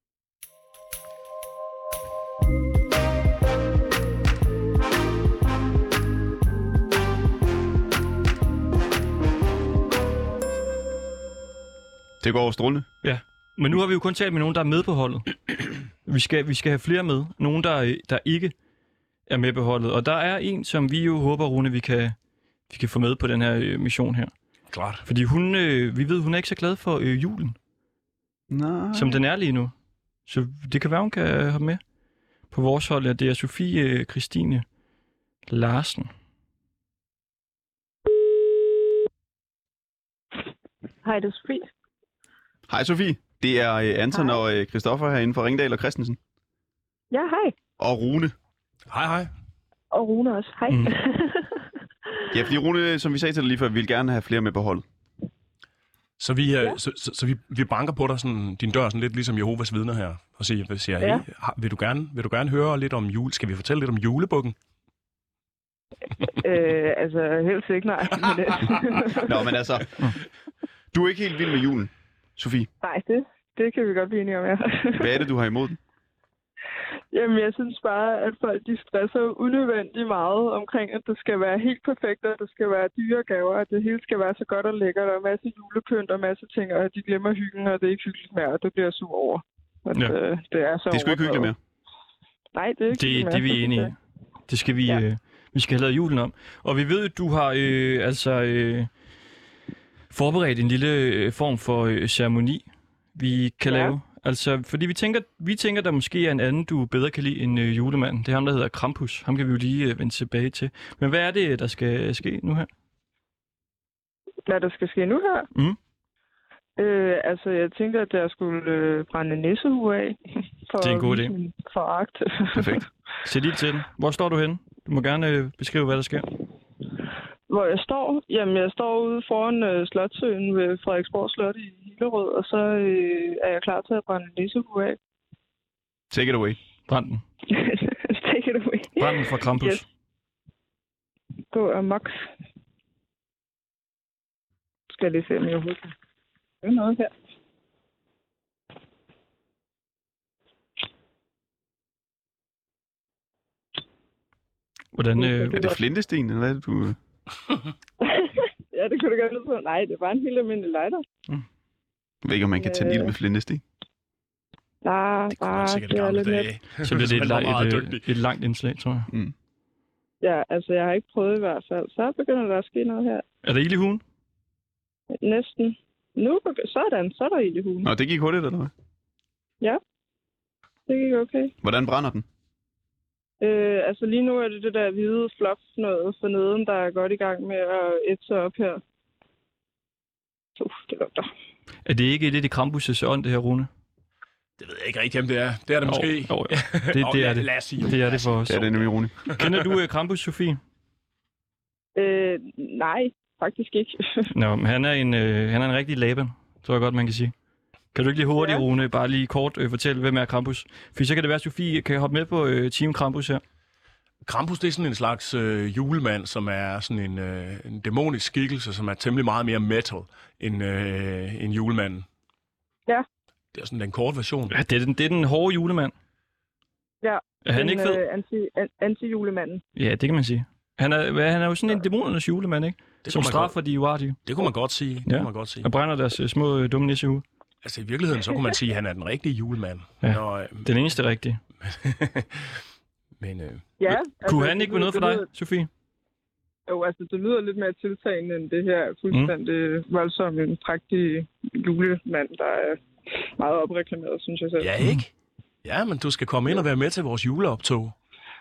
Det går over strålende. Ja, men nu har vi jo kun talt med nogen, der er med på holdet. Vi skal, vi skal have flere med. Nogen, der, der ikke er med på holdet. Og der er en, som vi jo håber, Rune, vi kan, vi kan få med på den her øh, mission her. Klart. Fordi hun, øh, vi ved, hun er ikke så glad for øh, julen, Nej. som den er lige nu. Så det kan være, hun kan have med på vores hold. Ja, det er Sofie øh, Christine Larsen. Hej, det er Sofie. Hej Sofie. Det er øh, Anton Hej. og øh, Christoffer herinde fra Ringdal og Christensen. Ja, hej. Og Rune. Hej, hej. Og Rune også. Hej. Mm. Ja, fordi Rune, som vi sagde til dig lige før, vil gerne have flere med på holdet. Så vi, Ja. ja. så, så, så vi, vi banker på dig sådan, din dør sådan lidt ligesom Jehovas vidner her, og siger, siger Ja. hey, har- vil, du gerne, vil du gerne høre lidt om jul? Skal vi fortælle lidt om julebukken? øh, altså, helst ikke, nej. Men, øh, Nå, men altså, du er ikke helt vild med julen, Sofie. nej, det, det kan vi godt blive enige om, ja. Hvad er det, du har imod den? Jamen, jeg synes bare, at folk de stresser unødvendigt meget omkring, at det skal være helt perfekt, og det skal være dyre gaver, at det hele skal være så godt og lækkert, og masse julepynt og masse ting, og de glemmer hyggen, og det er ikke hyggeligt mere, og det bliver sur over. At, Ja. øh, det er så Det er sgu ikke hyggeligt mere. Nej, det er ikke Det, hyggeligt det er mere. vi enige i. Det skal vi, Ja. øh, vi skal have lavet julen om. Og vi ved, at du har øh, altså øh, forberedt en lille øh, form for øh, ceremoni, vi kan Ja. lave. Altså, fordi vi tænker, vi tænker, der måske er en anden, du bedre kan lide end øh, julemanden. Det er ham, der hedder Krampus. Ham kan vi jo lige øh, vende tilbage til. Men hvad er det, der skal ske nu her? Hvad der skal ske nu her? Mm. Øh, altså, jeg tænker, at jeg skulle øh, brænde en nissehue af. For Det er en god at idé. vise min foragt. Perfekt. Sæt lige til den. Hvor står du henne? Du må gerne øh, beskrive, hvad der sker. Hvor jeg står? Jamen, jeg står ude foran øh, Slotsøen ved Frederiksborg Slot i Hillerød, og så øh, er jeg klar til at brænde en nissehue af. Take it away. Brænd den. Take it away. Brænd den fra Krampus. Yes. Gå amok. Skal jeg lige se, om jeg overhovedet kan gøre noget her. Hvordan, øh... Er det flintesten, eller hvad er det, du... Ja, det kunne du gøre lidt på. Nej, det er bare en helt almindelig lighter. Mm. Jeg ved ikke, om man kan tænde ild med flintesten. Nej, Det kunne man bare sikkert det er gamle lidt dage. let. Så bliver det et, Man var la- meget et, dygtig. et, et langt indslag, tror jeg. Mm. Ja, altså jeg har ikke prøvet i hvert fald. Så begynder der at ske noget her. Er der ild i hugen? Næsten. Nu begy- sådan, så er der ild i hugen. Nå, det gik hurtigt, eller hvad? Ja, det gik okay. Hvordan brænder den? Øh, altså lige nu er det det der hvide fluff noget for neden, der er godt i gang med at ætte sig op her. Uff, det lugter. Er det ikke lidt i Krampus' ånd, det her, Rune? Det ved jeg ikke rigtig, om det er. Det er det Jo, måske. jo, jo. Det, Nå, det er lad- det. Lad os sige. Det er det for os. Det er det nemlig, Rune. Kender du uh, Krampus, Sofie? Øh, nej, faktisk ikke. Nå, men han er en, øh, han er en rigtig laban, tror jeg godt, man kan sige. Kan du ikke lige hurtigt, Ja. Rune, bare lige kort øh, fortælle, hvem er Krampus? For så kan det være, at Sofie kan hoppe med på øh, Team Krampus her. Krampus, det er sådan en slags øh, julemand, som er sådan en, øh, en dæmonisk skikkelse, som er temmelig meget mere metal end, øh, end julemanden. Ja. Det er sådan den korte version. Ja, det er den, det er den hårde julemand. Ja. Er han Den, ikke fed? Øh, anti, an, anti-julemanden. Ja, det kan man sige. Han er, hvad, han er jo sådan en dæmonernes julemand, ikke? Det Som kunne man straffer de uartige. Det kunne man godt sige. Det Ja. kunne man godt sige. Og brænder deres øh, små øh, dumme nissehue. Altså i virkeligheden, så kunne man sige, at han er den rigtige julemand. Ja. Når, øh, Den eneste rigtige. men øh, Ja. Kunne altså, han det ikke være noget for lyder- dig, det lyder- Sofie? Jo, altså det lyder lidt mere tiltagende end det her fuldstændig mm. voldsomme, en prægtig julemand, der er meget opreklameret, synes jeg selv. ja, ikke? Ja, men du skal komme ind og være med til vores juleoptog.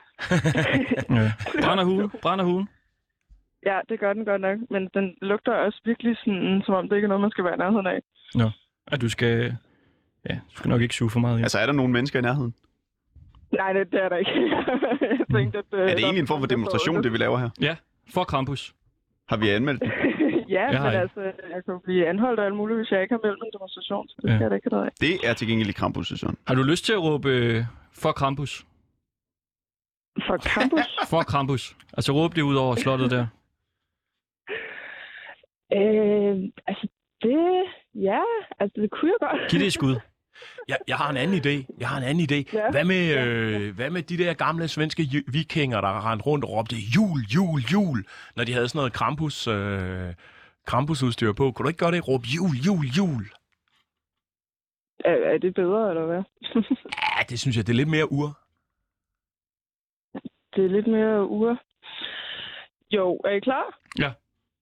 Ja. Brænder huen. Brænder huen. Ja, det gør den godt nok, men den lugter også virkelig sådan, som om det ikke er noget, man skal være i nærheden af. Nå. At du skal... Ja, du skal nok ikke suge for meget i. Altså, er der nogle mennesker i nærheden? Nej, det, det er der ikke. jeg tænkte, at, Er det egentlig en form for demonstration, det vi laver her? Ja, for Krampus. Har vi anmeldt det? ja, Jeg har men ikke. altså, jeg kan jo blive anholdt af alt muligt, hvis jeg ikke har meldt en demonstration, så det Ja. skal jeg da ikke have noget af. Det er til gengæld i Krampus-sæson. Har du lyst til at råbe øh, for Krampus? For Krampus? For Krampus. Altså råbe det ud over slottet der. øh, altså, det... Ja, altså, det kunne jeg godt. Giv det et skud. Jeg, jeg har en anden idé. Jeg har en anden idé. Ja. Hvad, med, øh, hvad med de der gamle svenske ju- vikinger, der rendte rundt og råbte jul, jul, jul, når de havde sådan noget Krampus, øh, Krampus-udstyr på? Kunne du ikke gøre det? Råbe jul, jul, jul? Er, er det bedre, eller hvad? Ja, det synes jeg, det er lidt mere ur. Det er lidt mere ure. Jo, er I klar? Ja.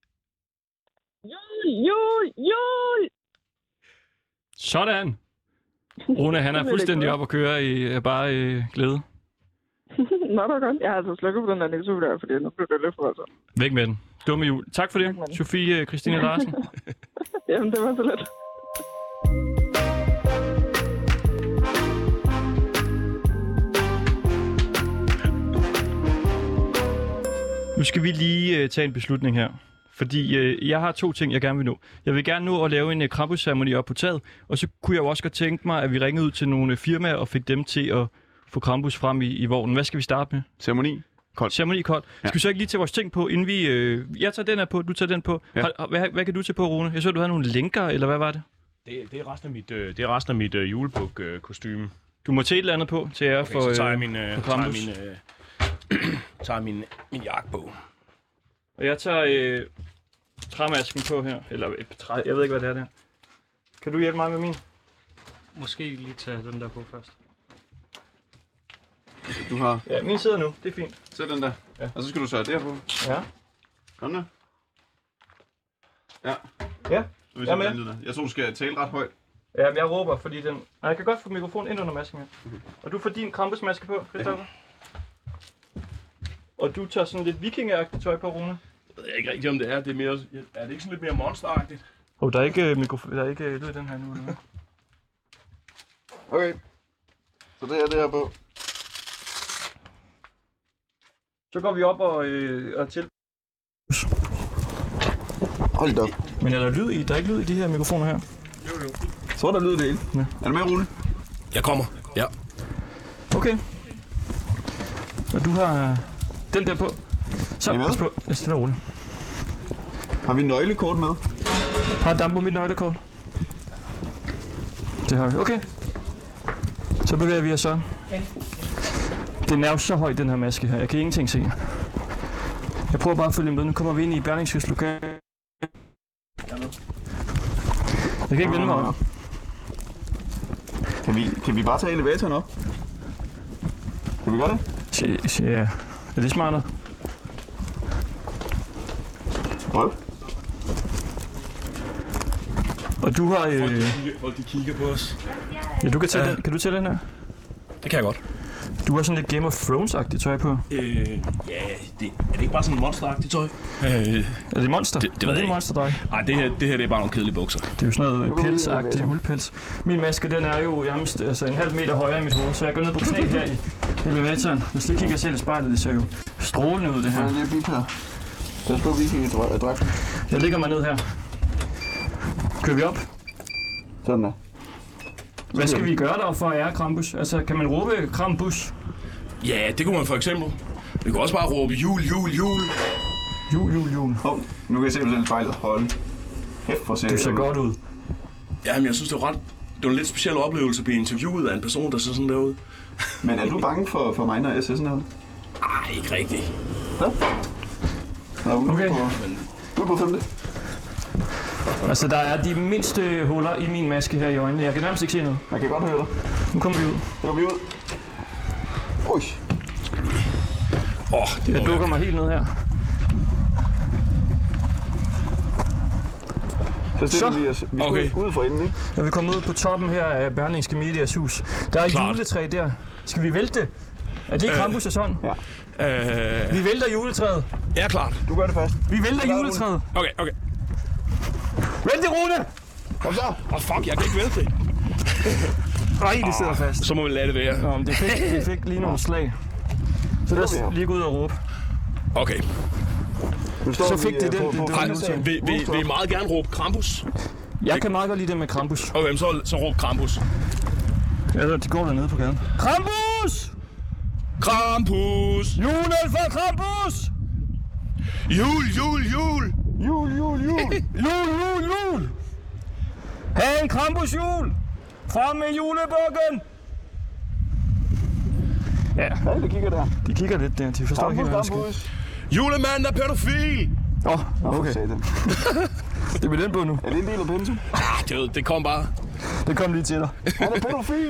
Jul, jul, jul! Sådan. Rune, han er fuldstændig op at køre i øh, bare øh, glæde. Nå, det er godt. Jeg har altså slukket på den der nissehue der, fordi nu bliver det lidt for voldsomt. Væk med den. Dumme jul. Tak for det, Sofie øh, Christine Larsen. Jamen, det var så lidt. Nu skal vi lige øh, tage en beslutning her. Fordi øh, jeg har to ting, jeg gerne vil nå. Jeg vil gerne nå at lave en øh, Krampus-ceremoni op på taget, og så kunne jeg jo også godt tænke mig, at vi ringede ud til nogle øh, firmaer og fik dem til at få Krampus frem i, i vognen. Hvad skal vi starte med? Ceremoni? Kold. Ceremoni kold. Ja. Skal vi så ikke lige tage vores ting på, inden vi... Øh, jeg tager den her på, du tager den på. Ja. Har, hvad, hvad kan du tage på, Rune? Jeg så, du havde nogle lænker, eller hvad var det? Det, det er resten af mit, øh, det er resten af mit øh, julebuk-kostyme. Du må tage et eller andet på til ære Okay, for, så tager jeg øh, min, øh, for tager Krampus. min, øh, tager min, min jakke på. Og jeg tager øh, træmasken på her. Eller et træ, jeg ved ikke, hvad det er der. Kan du hjælpe mig med min? Måske lige tage den der på først. Du har... Ja, min sidder nu. Det er fint. Sæt den der. Ja. Og så skal du sørge der på. Ja. Kom der. Ja. Ja. Så vi Jeg er med. den der. Jeg tror, du skal tale ret højt. Ja, men jeg råber, fordi den... Nej, jeg kan godt få mikrofonen ind under masken her. Okay. Og du får din Krampusmaske på, Christoffer. Og du tager sådan lidt vikingeagtigt tøj på, Rune. Jeg ved ikke rigtig, om det er. Det er, mere, er det ikke sådan lidt mere monsteragtigt? Åh, oh, der er ikke uh, mikrofon... Der er ikke uh, lyd i den her nu, eller hvad? Okay. Så det er det her på. Så går vi op og, øh, og til... Hold da op. Men er der lyd i? Der er ikke lyd i de her mikrofoner her? Jo, jo. Så er der lyd i det hele. Ja. Er du med, Rune? Jeg kommer, ja. Okay. Og du har den der på. Så, pas på. Jeg stiller roligt. Har vi nøglekort med? Har damp på mit nøglekort? Det har vi. Okay. Så bevæger vi os så. Okay. Den er jo så høj, den her maske her. Jeg kan ingenting se. Jeg prøver bare at følge med. Nu kommer vi ind i Berlingskes lokal. Jeg kan ikke vende mig om. Kan vi, kan vi bare tage elevatoren op? Kan vi gøre det? Ja. Er det smartere? Prøv. Og du har... Øh... Folk, de kigger, folk de kigger på os. Ja, du kan tage uh, den. Kan du tage den her? Det kan jeg godt. Du har sådan lidt Game of Thrones-agtigt tøj på. Øh, ja, det, er det ikke bare sådan en monster-agtigt tøj? Øh, er det monster? Det, det, er det monster dig? Nej, det her, det her det er bare nogle kedelige bukser. Det er jo sådan noget pelsagtigt, uldpels. Min maske, den er jo nærmest altså en halv meter højere i mit hoved, så jeg går ned på knæ her i elevatoren. Hvis du kigger selv i spejlet, det ser jo strålende ud, det her. Ja, det er bip her. Pas på, vi kan dræbe. Jeg ligger mig ned her. Kører vi op? Sådan der. Hvad skal vi gøre der for at ære Krampus? Altså, kan man råbe Krampus? Ja, det kunne man for eksempel. Vi kunne også bare råbe jul, jul, jul. Jul, jul, jul. Hov, nu kan jeg se, hvordan spejlet holde. Hæft for det ser godt ud. Jamen, jeg synes, det var ret... Det var en lidt speciel oplevelse at blive interviewet af en person, der ser sådan der ud. Men er du bange for, for mig, når jeg ser sådan noget? Nej, ikke rigtigt. Hvad? Nå, okay. Du er på femte. Altså, der er de mindste huller i min maske her i øjnene. Jeg kan nærmest ikke se noget. Jeg kan godt høre dig. Nu kommer vi ud. Nu kommer vi ud. Ui. Åh, oh, det jeg dukker jeg. mig helt ned her. Så stiller vi os. Vi skal okay. ud for enden, ikke? Ja, vi kommer ud på toppen her af Berlingske Medias hus. Der er et Klart. juletræ der. Skal vi vælte det? Er det ikke Krampus og sådan? Ja. Øh... Vi vælter juletræet. Ja, klart. Du gør det først. Vi vælter juletræet. Okay, okay. Vælt det, Rune! Kom så. Åh, oh, fuck, jeg kan ikke vælte det. Nej, det sidder fast. Så må vi lade det være. Nå, men det fik, det fik lige nogle slag. Så lad os lige gå ud og råbe. Okay. Så fik det den. den vi, vi, vi vil meget gerne råbe Krampus. Jeg kan meget godt lide det med Krampus. Okay, så, så råb Krampus. Ja, de går dernede på gaden. Krampus! Krampus! Julen for Krampus! Jul, jul, jul! Jul, jul, jul! Jul, jul, jul! Ha' en Krampus jul! Frem med julebukken! Ja. Nej, de kigger der. De kigger lidt der. De forstår ikke helt, hvad der sker. Julemanden er pædofil! Åh, oh, okay. Det er med den på nu. Er det en del af pensum? Ah, det, det kom bare. Det kom lige til dig. Han er pædofil!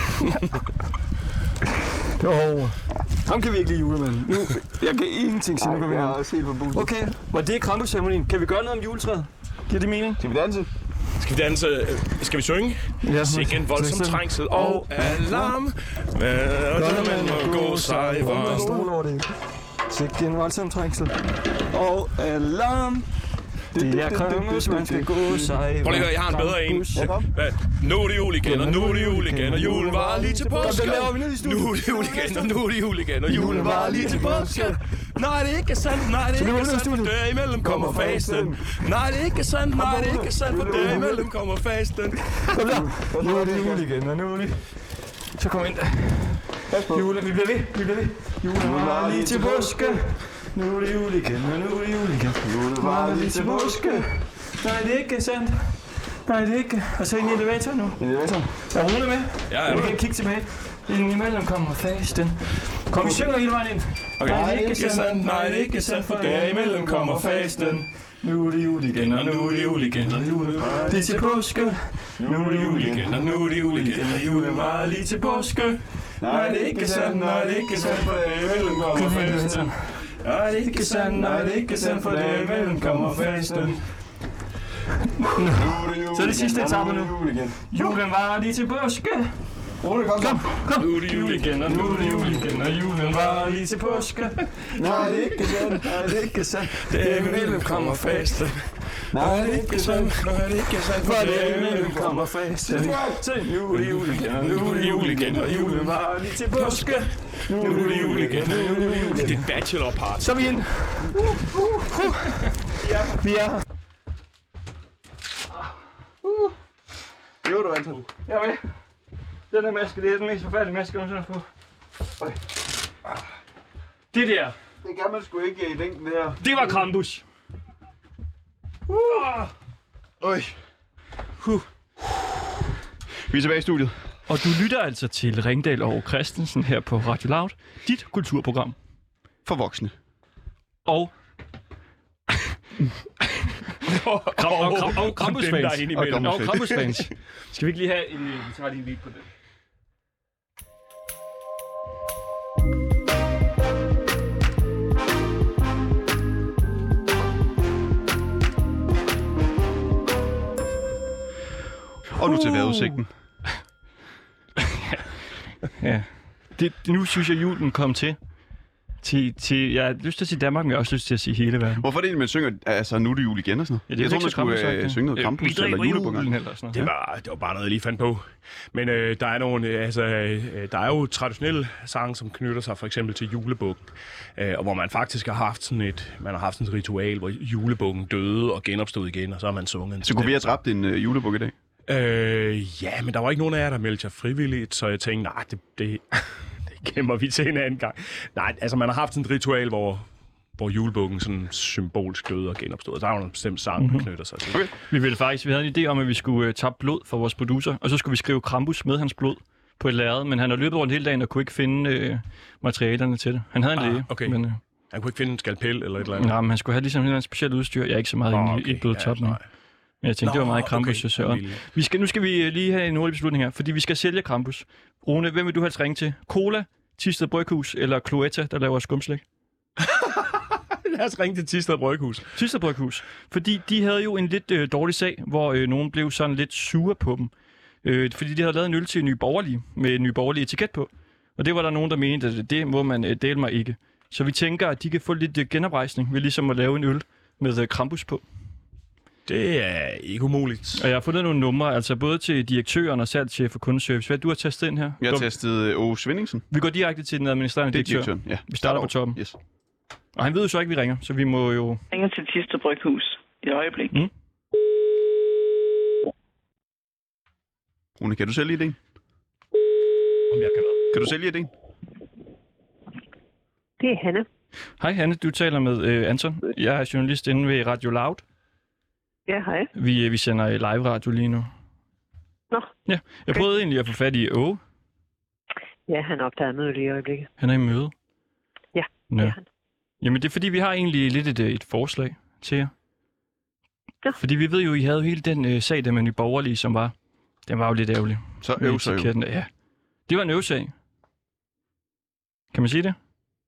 Det var hårdt. Ham kan vi ikke lide, julemanden. Nu, jeg kan ingenting sige, nu kan vi have. Okay, var det Krampus-ceremonien? Kan vi gøre noget om juletræet? Giver det mening? Skal vi danse? Skal vi danse? Skal vi synge? Ja, Sikke en voldsom trængsel og alarm. Men må gå sig hvor. Sikke en voldsom trængsel og alarm. Det er Krampus, man skal gå sig. Prøv lige at høre, jeg har en bedre en. Nu er det jul igen, og nu er det jul igen, og julen var lige til påske. Nu er det jul igen, og nu er det jul igen, og julen var lige til påske. Nej, det er ikke sandt, nej, det er ikke sandt, for derimellem kommer fasten. Nej, det er ikke sandt, nej, det er ikke sandt, for derimellem kommer fasten. Nu er det jul igen, og nu er det... Så kom ind. Julen, vi bliver ved, vi bliver ved. Julen var lige til påske. Nu er det jul igen, og nu er det jul igen. Julen var lige til påske. Nej, det er ikke sandt. Nej, det er ikke. Og så ind i elevatoren nu. I elevatoren? Er Rune med? Ja, ja. Vi kan kigge tilbage. Inden imellem kommer fasten. Kom, vi synger hele vejen ind. Okay. Nej, det er ikke sandt, nej, det er ikke sandt, for derimellem kommer fasten. Nu er det jul igen, og nu er det jul igen, og julen var lige til påske. Nu er det jul igen, og nu er det jul igen, og julen var lige til påske. Nej, det er ikke sandt, nej, det er ikke sandt, for derimellem kommer fasten. Nej, det er ikke sandt, nej, det er ikke sandt, for derimellem kommer fasten. Så er det sidste etape nu. Julen var lige til påske. Rune, kom, kom. Kom. Nu er det jul igen, og nu er det jul igen, og julen var lige til påske. Nej, det er ikke sandt. Nej, det er ikke sandt. Det er mellem kommer fast. Nej, det er ikke sandt. Nej, det er ikke sandt. For det er mellem kommer fast. Nu er det jul igen, og nu er det jul igen, og julen var lige til påske. Nu er det jul igen, nu er det jul igen. Det er en bachelor-party. Så er vi ind. Ja, Vi er her. det var du, Anton. Jeg er med. Den her maske, det er den mest forfærdelige maske, jeg nogensinde har fået. Det der, Det kan man sgu ikke i længden, det her. det var Krampus. Øj. Huh. Vi er tilbage i studiet. Og du lytter altså til Ringdal og Christensen her på Radio Loud, dit kulturprogram. For voksne. Og... og, og, og, og Krampus-fans. Og Krampus-fans. Skal vi ikke lige have en... Vi tager lige en beat på det. Og nu til vejrudsigten. Ja. Det, nu synes jeg, julen kom til. Til, til, jeg har lyst til at sige Danmark, men jeg har også lyst til at sige hele verden. Hvorfor er det egentlig, man synger, altså nu er det jul igen og sådan noget? Ja, det er jeg tror, man skulle Krampus, øh, synge noget Krampus øh, eller julebukken. eller sådan noget. Det var, det var bare noget, jeg lige fandt på. Men øh, der er nogle, øh, altså, øh, der er jo traditionelle sange, som knytter sig for eksempel til julebukken. Øh, og hvor man faktisk har haft sådan et, man har haft sådan et ritual, hvor julebukken døde og genopstod igen, og så har man sunget. Så kunne vi have dræbt en øh, julebuk i dag? Øh, ja, men der var ikke nogen af jer, der meldte sig frivilligt, så jeg tænkte, nej, det, det, det gemmer vi til en anden gang. Nej, altså man har haft sådan et ritual, hvor, hvor julebukken sådan symbolsk døde og genopstod. Der er jo en bestemt sang, der mm-hmm. knytter sig til. Okay. Vi ville faktisk, vi havde en idé om, at vi skulle uh, tabe blod for vores producer, og så skulle vi skrive Krampus med hans blod på et lærred, men han har løbet rundt hele dagen og kunne ikke finde uh, materialerne til det. Han havde en ah, læge, okay. men... Uh, han kunne ikke finde en skalpel eller et eller andet? Nej, men han skulle have ligesom en speciel udstyr. Jeg er ikke så meget oh, okay. i blodtop nu. Ja, jeg tænkte, Nå, det var meget Krampus. Okay. Okay. Vi skal, nu skal vi lige have en hurtig beslutning her, fordi vi skal sælge Krampus. Rune, hvem vil du helst ringe til? Cola, Thisted Bryghus eller Cloetta, der laver skumslæg? Lad os ringe til Thisted Bryghus. Thisted Bryghus. Fordi de havde jo en lidt øh, dårlig sag, hvor øh, nogen blev sådan lidt sure på dem. Øh, fordi de havde lavet en øl til Nye Borgerlige, med en Nye Borgerlige etiket på. Og det var der nogen, der mente, at det må man øh, dele mig ikke. Så vi tænker, at de kan få lidt øh, genoprejsning ved ligesom at lave en øl med øh, Krampus på. Det er ikke umuligt. Og jeg har fundet nogle numre, altså både til direktøren og salgschef for kundeservice. Hvad du har testet ind her? Jeg har testet Åge Svindingsen. Vi går direkte til den administrerende direktør. Direktøren, ja. Vi starter på toppen. Yes. Og han ved jo så ikke, vi ringer, så vi må jo... Ringer til Thisted Bryghus i et øjeblik. Mm. Rune, kan du sælge idéen? Om jeg kan noget. Kan du sælge idéen? Det er Hanne. Hej Hanne, du taler med øh, Anton. Jeg er journalist inde ved Radio Loud. Ja, hej. Vi, vi sender live radio lige nu. Nå. Ja, jeg prøvede okay. egentlig at få fat i Åge. Ja, han opdager møde lige i øjeblikket. Han er i møde? Ja, Nå. det er han. Jamen det er fordi, vi har egentlig lidt et, et forslag til jer. Ja. Fordi vi ved jo, I havde jo hele den øh, sag der med Nye Borgerlige, som var... Den var jo lidt ærgerlig. Så øvsag jo. Ja, det var en øvsag. Kan man sige det?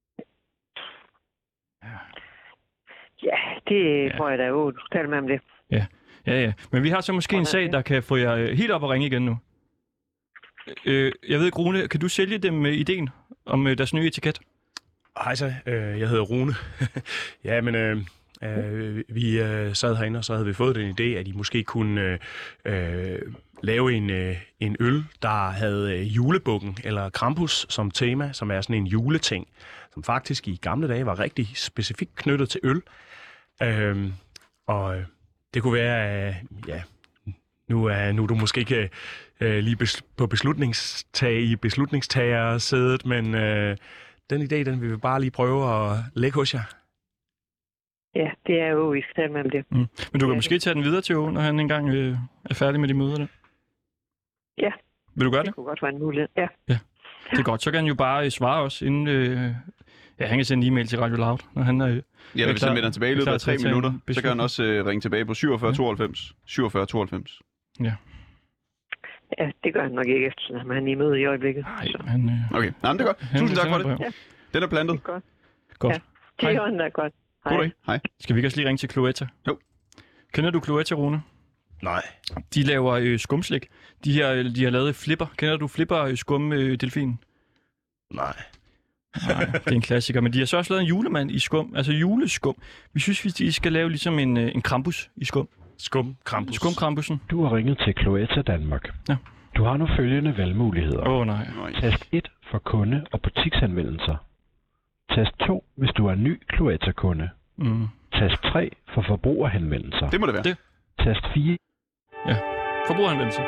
Ja, det ja. tror jeg da jo. Du taler med om det. Ja, ja, ja. Men vi har så måske en sag, der kan få jer helt op og ringe igen nu. Øh, jeg ved, Rune, kan du sælge dem med ideen om øh, deres nye etiket? Hej så, øh, jeg hedder Rune. ja, men øh, øh, vi øh, sad herinde, og så havde vi fået den idé, at I måske kunne øh, lave en, øh, en øl, der havde øh, julebukken eller Krampus som tema, som er sådan en juleting, som faktisk i gamle dage var rigtig specifikt knyttet til øl. Øh, og øh, det kunne være, øh, ja, nu er, nu er du måske ikke øh, lige bes, på beslutningstag i beslutningstagersædet, men øh, den idé, den vil vi bare lige prøve at lægge hos jer. Ja, det er jo, vi skal tale med om det. Mm. Men du kan ja. måske tage den videre til Åge, når han engang øh, er færdig med de møder der. Ja. Vil du gøre det? Det kunne godt være en mulighed, ja. Ja, det er godt. Så kan han jo bare svare os, inden øh, ja, han kan sende en e-mail til Radio Loud, når han er øh, ja, hvis han vender tilbage i løbet af tre minutter, så kan han også øh, ringe tilbage på syvogfyrre tooghalvfems. syvogfyrre tooghalvfems. Ja. Ja, det gør han nok ikke efter, han er i møde i øjeblikket. Nej, han... Øh... Okay, nej, men det er godt. Han Tusind tak for det. Ja. Den er plantet. Det er godt. Godt. Ja, det er godt. Hej. God dag. Hej. Skal vi ikke også lige ringe til Cloetta? Jo. Kender du Cloetta, Rune? Nej. De laver øh, skumslik. De har, de har lavet flipper. Kender du flipper øh, skum øh, delfin? Nej. Nej, det er en klassiker. Men de har så også lavet en julemand i skum. Altså juleskum. Vi synes, at de skal lave ligesom en, øh, en krampus i skum. Skum krampus. Skum krampussen. Du har ringet til Cloetta Danmark. Ja. Du har nu følgende valgmuligheder. Åh oh, nej. Tast et for kunde- og butiksanvendelser. Tast to, hvis du er ny Cloetta-kunde. Mm. Tast tre for forbrugerhenvendelser. Det må det være. Det. Tast fire. Ja, forbrugerhenvendelser.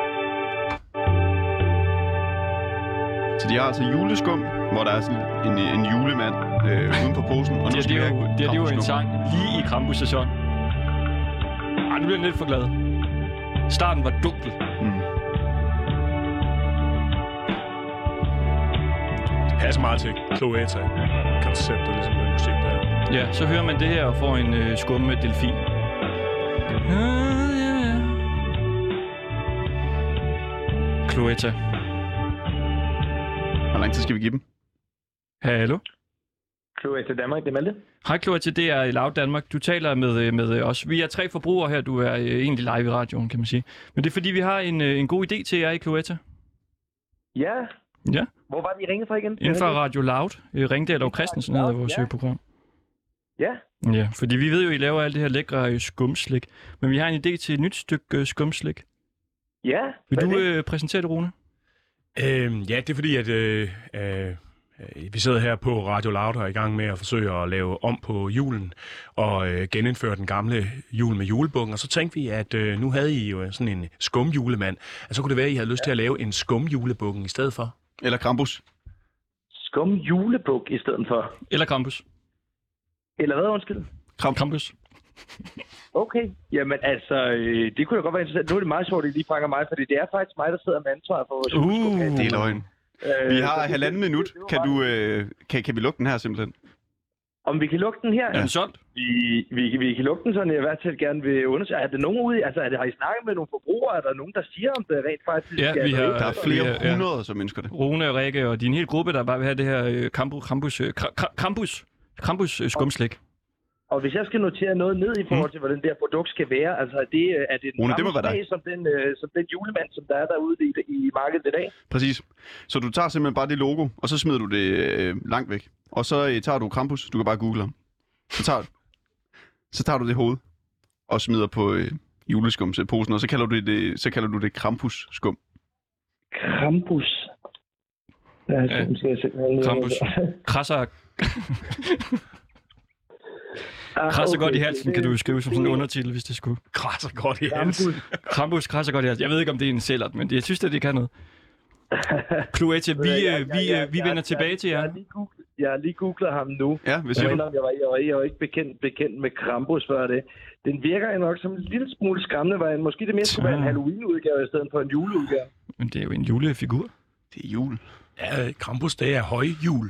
Så de har altså juleskum, hvor der er sådan en, en julemand øh, uden på posen. Og det, er, det, er jo, det, er, det er jo en sang lige i Krampus-sæson. Ej, nu bliver jeg lidt for glad. Starten var dunkel. Mm. Det passer meget til Cloetta-konceptet, ligesom den musik der. Ja, så hører man det her og får en øh, skumme delfin. Ja, ja, ja. Cloetta. Hvor lang tid skal vi give dem? Hallo? Cloetta Danmark, det er Malte. Hej Cloetta, det er Loud Danmark. Du taler med, med os. Vi er tre forbrugere her. Du er øh, egentlig live i radioen, kan man sige. Men det er fordi, vi har en, øh, en god idé til jer i Cloetta. Ja. Ja. Hvor var det, I ringede fra igen? Inden for Radio Loud. Ringdal og Christensen hedder vores ja. program. Ja. Ja, fordi vi ved jo, I laver alt det her lækre øh, skumslik. Men vi har en idé til et nyt stykke øh, skumslik. Ja. Vil du øh, præsentere det, Rune? Øhm, ja, det er fordi, at øh, øh, vi sidder her på Radio Loud og er i gang med at forsøge at lave om på julen og øh, genindføre den gamle jul med julebukken. Og så tænkte vi, at øh, nu havde I jo sådan en skumjulemand. Og så kunne det være, at I havde lyst til at lave en skumjulebukken i stedet for. Eller Krampus. Skumjulebuk i stedet for? Eller Krampus. Eller hvad, undskyld? Kramp. Krampus. Okay, jamen altså, øh, det kunne da godt være interessant. Nu er det meget sjovt, at I lige fanger mig, fordi det er faktisk mig, der sidder med ansvaret for vores Uh, det er løgn. Øh, vi har halvanden minut. Kan, du, øh, kan, kan vi lukke den her simpelthen? Om vi kan lukke den her? Er den solgt? Vi, vi, vi kan lukke den, sådan jeg i hvert fald gerne vil undersøge. Er det nogen ude? Altså, er det, har I snakket med nogle forbrugere? Er der nogen, der siger, om det rent faktisk? Ja, vi har, der er flere ja, hundrede, som ønsker det. Rune og Rikke og din hele gruppe, der bare vil have det her øh, Krampus, Krampus, øh, Krampus, Krampus øh, skumslik. Og hvis jeg skal notere noget ned i forhold til, mm. hvordan det her produkt skal være, altså er det, er det den Rune, samme det smag som den, øh, som den julemand, som der er derude i, i markedet i dag? Præcis. Så du tager simpelthen bare det logo, og så smider du det øh, langt væk. Og så øh, tager du Krampus, du kan bare google ham. Så tager, så tager du det hoved og smider på øh, juleskumsposen, og så kalder du det, så kalder du det Krampus-skum. Krampus? Ja, ja. Krampus. Krasser... Krasser okay, godt i halsen, det... kan du skrive som sådan en undertitel, hvis det skulle. Krasser godt i halsen. Krampus, krasser godt i halsen. Jeg ved ikke, om det er en sælgert, men jeg synes, at det kan noget. Cloetta, vi, ja, ja, vi, ja, ja, vi vender ja, tilbage ja, til jer. Jeg har lige googlet, jeg har lige googlet ham nu. Ja, hvad siger jeg du? Jeg var, jeg var, jeg var ikke bekendt, bekendt med Krampus før det. Den virker nok som en lille smule skræmmende, var måske det mere skulle være en Halloween-udgave i stedet for en juleudgave. Men det er jo en julefigur. Det er jul. Ja, Krampus, det er højjul.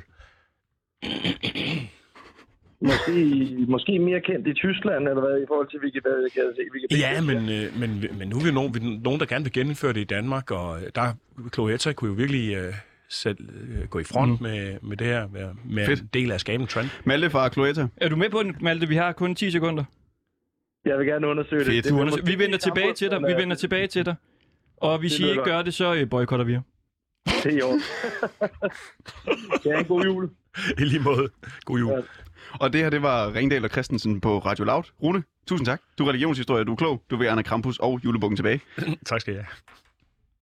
Måske, måske mere kendt i Tyskland, eller hvad, i forhold til, hvilket hvad kan se. Hvilket ja, men, øh, men, men nu er vi nogen, vi, nogen, der gerne vil genindføre det i Danmark, og der Cloetta kunne jo virkelig øh, selv, øh, gå i front mm. med, med det her, med, med en del af skaben trend. Malte fra Cloetta. Er du med på den, Malte? Vi har kun ti sekunder. Jeg vil gerne undersøge det. det. Undersøge. Vi vender tilbage til dig. Vi vender tilbage til dig. Og hvis I ikke gør det, så boykotter vi jer. Det er jo. Det er en god jul. I lige måde. God jul. Ja. Og det her, det var Ringdal og Christensen på Radio Loud. Rune, tusind tak. Du er religionshistorie, du er klog. Du vil gerne Krampus og julebukken tilbage. Tak skal I have.